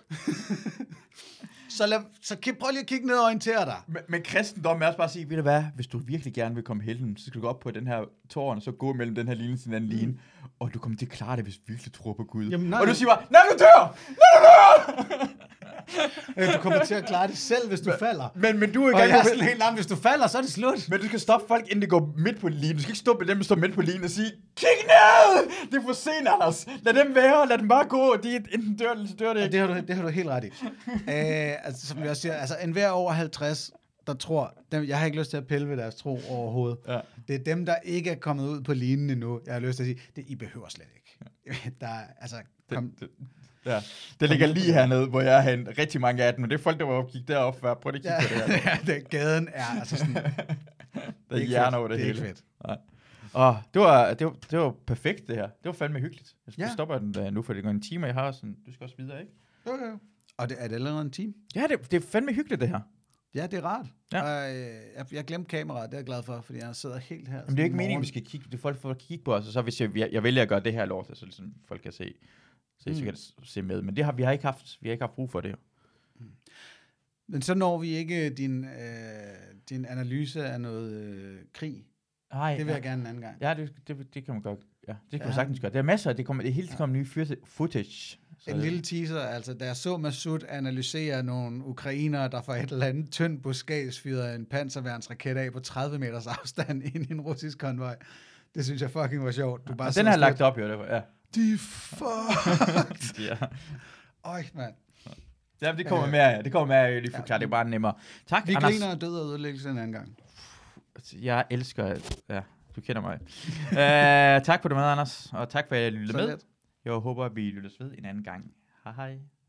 Så, lad, så prøv lige at kigge ned og orientere dig. Men, men kristendom er også bare at sige, ved du hvad, hvis du virkelig gerne vil komme helden, så skal du gå op på den her tårn, og så gå mellem den her linje til den anden linje, og du kommer til at klare det, hvis du virkelig tror på Gud. Jamen, nej, og du siger bare, nej, du dør! Nej, du dør! Du kommer til at klare det selv, hvis du men, falder. Men, men du er og jeg er sådan helt langt, hvis du falder, så er det slut. Men du skal stoppe folk, inden det går midt på linjen. Du skal ikke stoppe dem, der står midt på linjen og sige, kig ned! Det er for sent, Anders. Lad dem være, lad dem bare gå. De er enten dør, eller så dør det ikke. Det har du, det har du helt ret i. Æh, altså, som jeg også siger, altså enhver over halvtreds, der tror, dem, jeg har ikke lyst til at pille ved deres tro overhovedet. Ja. Det er dem, der ikke er kommet ud på linjen endnu. Jeg har lyst til at sige, det I behøver slet ikke. Der, altså, kom, det, det. Ja, det ligger lige hernede, hvor jeg har rigtig mange af dem, og det er folk, der var opgik deroppe før. Prøv at kigge ja, på det her. Ja, det, gaden er altså sådan... der er hjerner over det, det hele. Det er fedt. Ja. Åh, det var, det, var, det var perfekt, det her. Det var fandme hyggeligt. Jeg skal ja. stoppe den der nu, for det går en time, jeg har sådan, du skal også videre, ikke? Okay. Og det, er det allerede en time? Ja, det, det er fandme hyggeligt, det her. Ja, det er rart. Ja. Og, øh, jeg, jeg glemte kameraet, det er jeg glad for, fordi jeg sidder helt her. Men det er ikke meningen, vi skal kigge, det er folk, folk kigge på os, og så hvis jeg, jeg, jeg vælger at gøre det her lort, så ligesom folk kan se, så, mm. så kan se med. Men det har vi har ikke haft, vi har ikke haft brug for det. Mm. Men så når vi ikke din, øh, din analyse af noget øh, krig. Ej, det vil ja. jeg gerne en anden gang. Ja, det, det, det kan man godt. Ja, det kan ja. man sagtens gøre. Der er masser, det kommer det hele tiden kommer nye footage. Så en det. lille teaser, altså da jeg så Masud analysere nogle ukrainere, der fra et eller andet tyndt buskads fyrede en panserværnsraket af på tredive meters afstand ind i en russisk konvoj. Det synes jeg fucking var sjovt. Du bare ja, den har lagt op, jo. Det var, ja. De fucked. ja. Øj, mand. Ja, det kommer mere, ja. Det kommer mere, jeg lige forklare, ja. Det er bare nemmere. Tak, Vi Anders. griner af død og ødelæggelse en anden gang. Jeg elsker, ja, du kender mig. uh, tak for det med, Anders, og tak for at jeg lyttede med. Jeg håber, at vi lyttes ved en anden gang. Hej hej.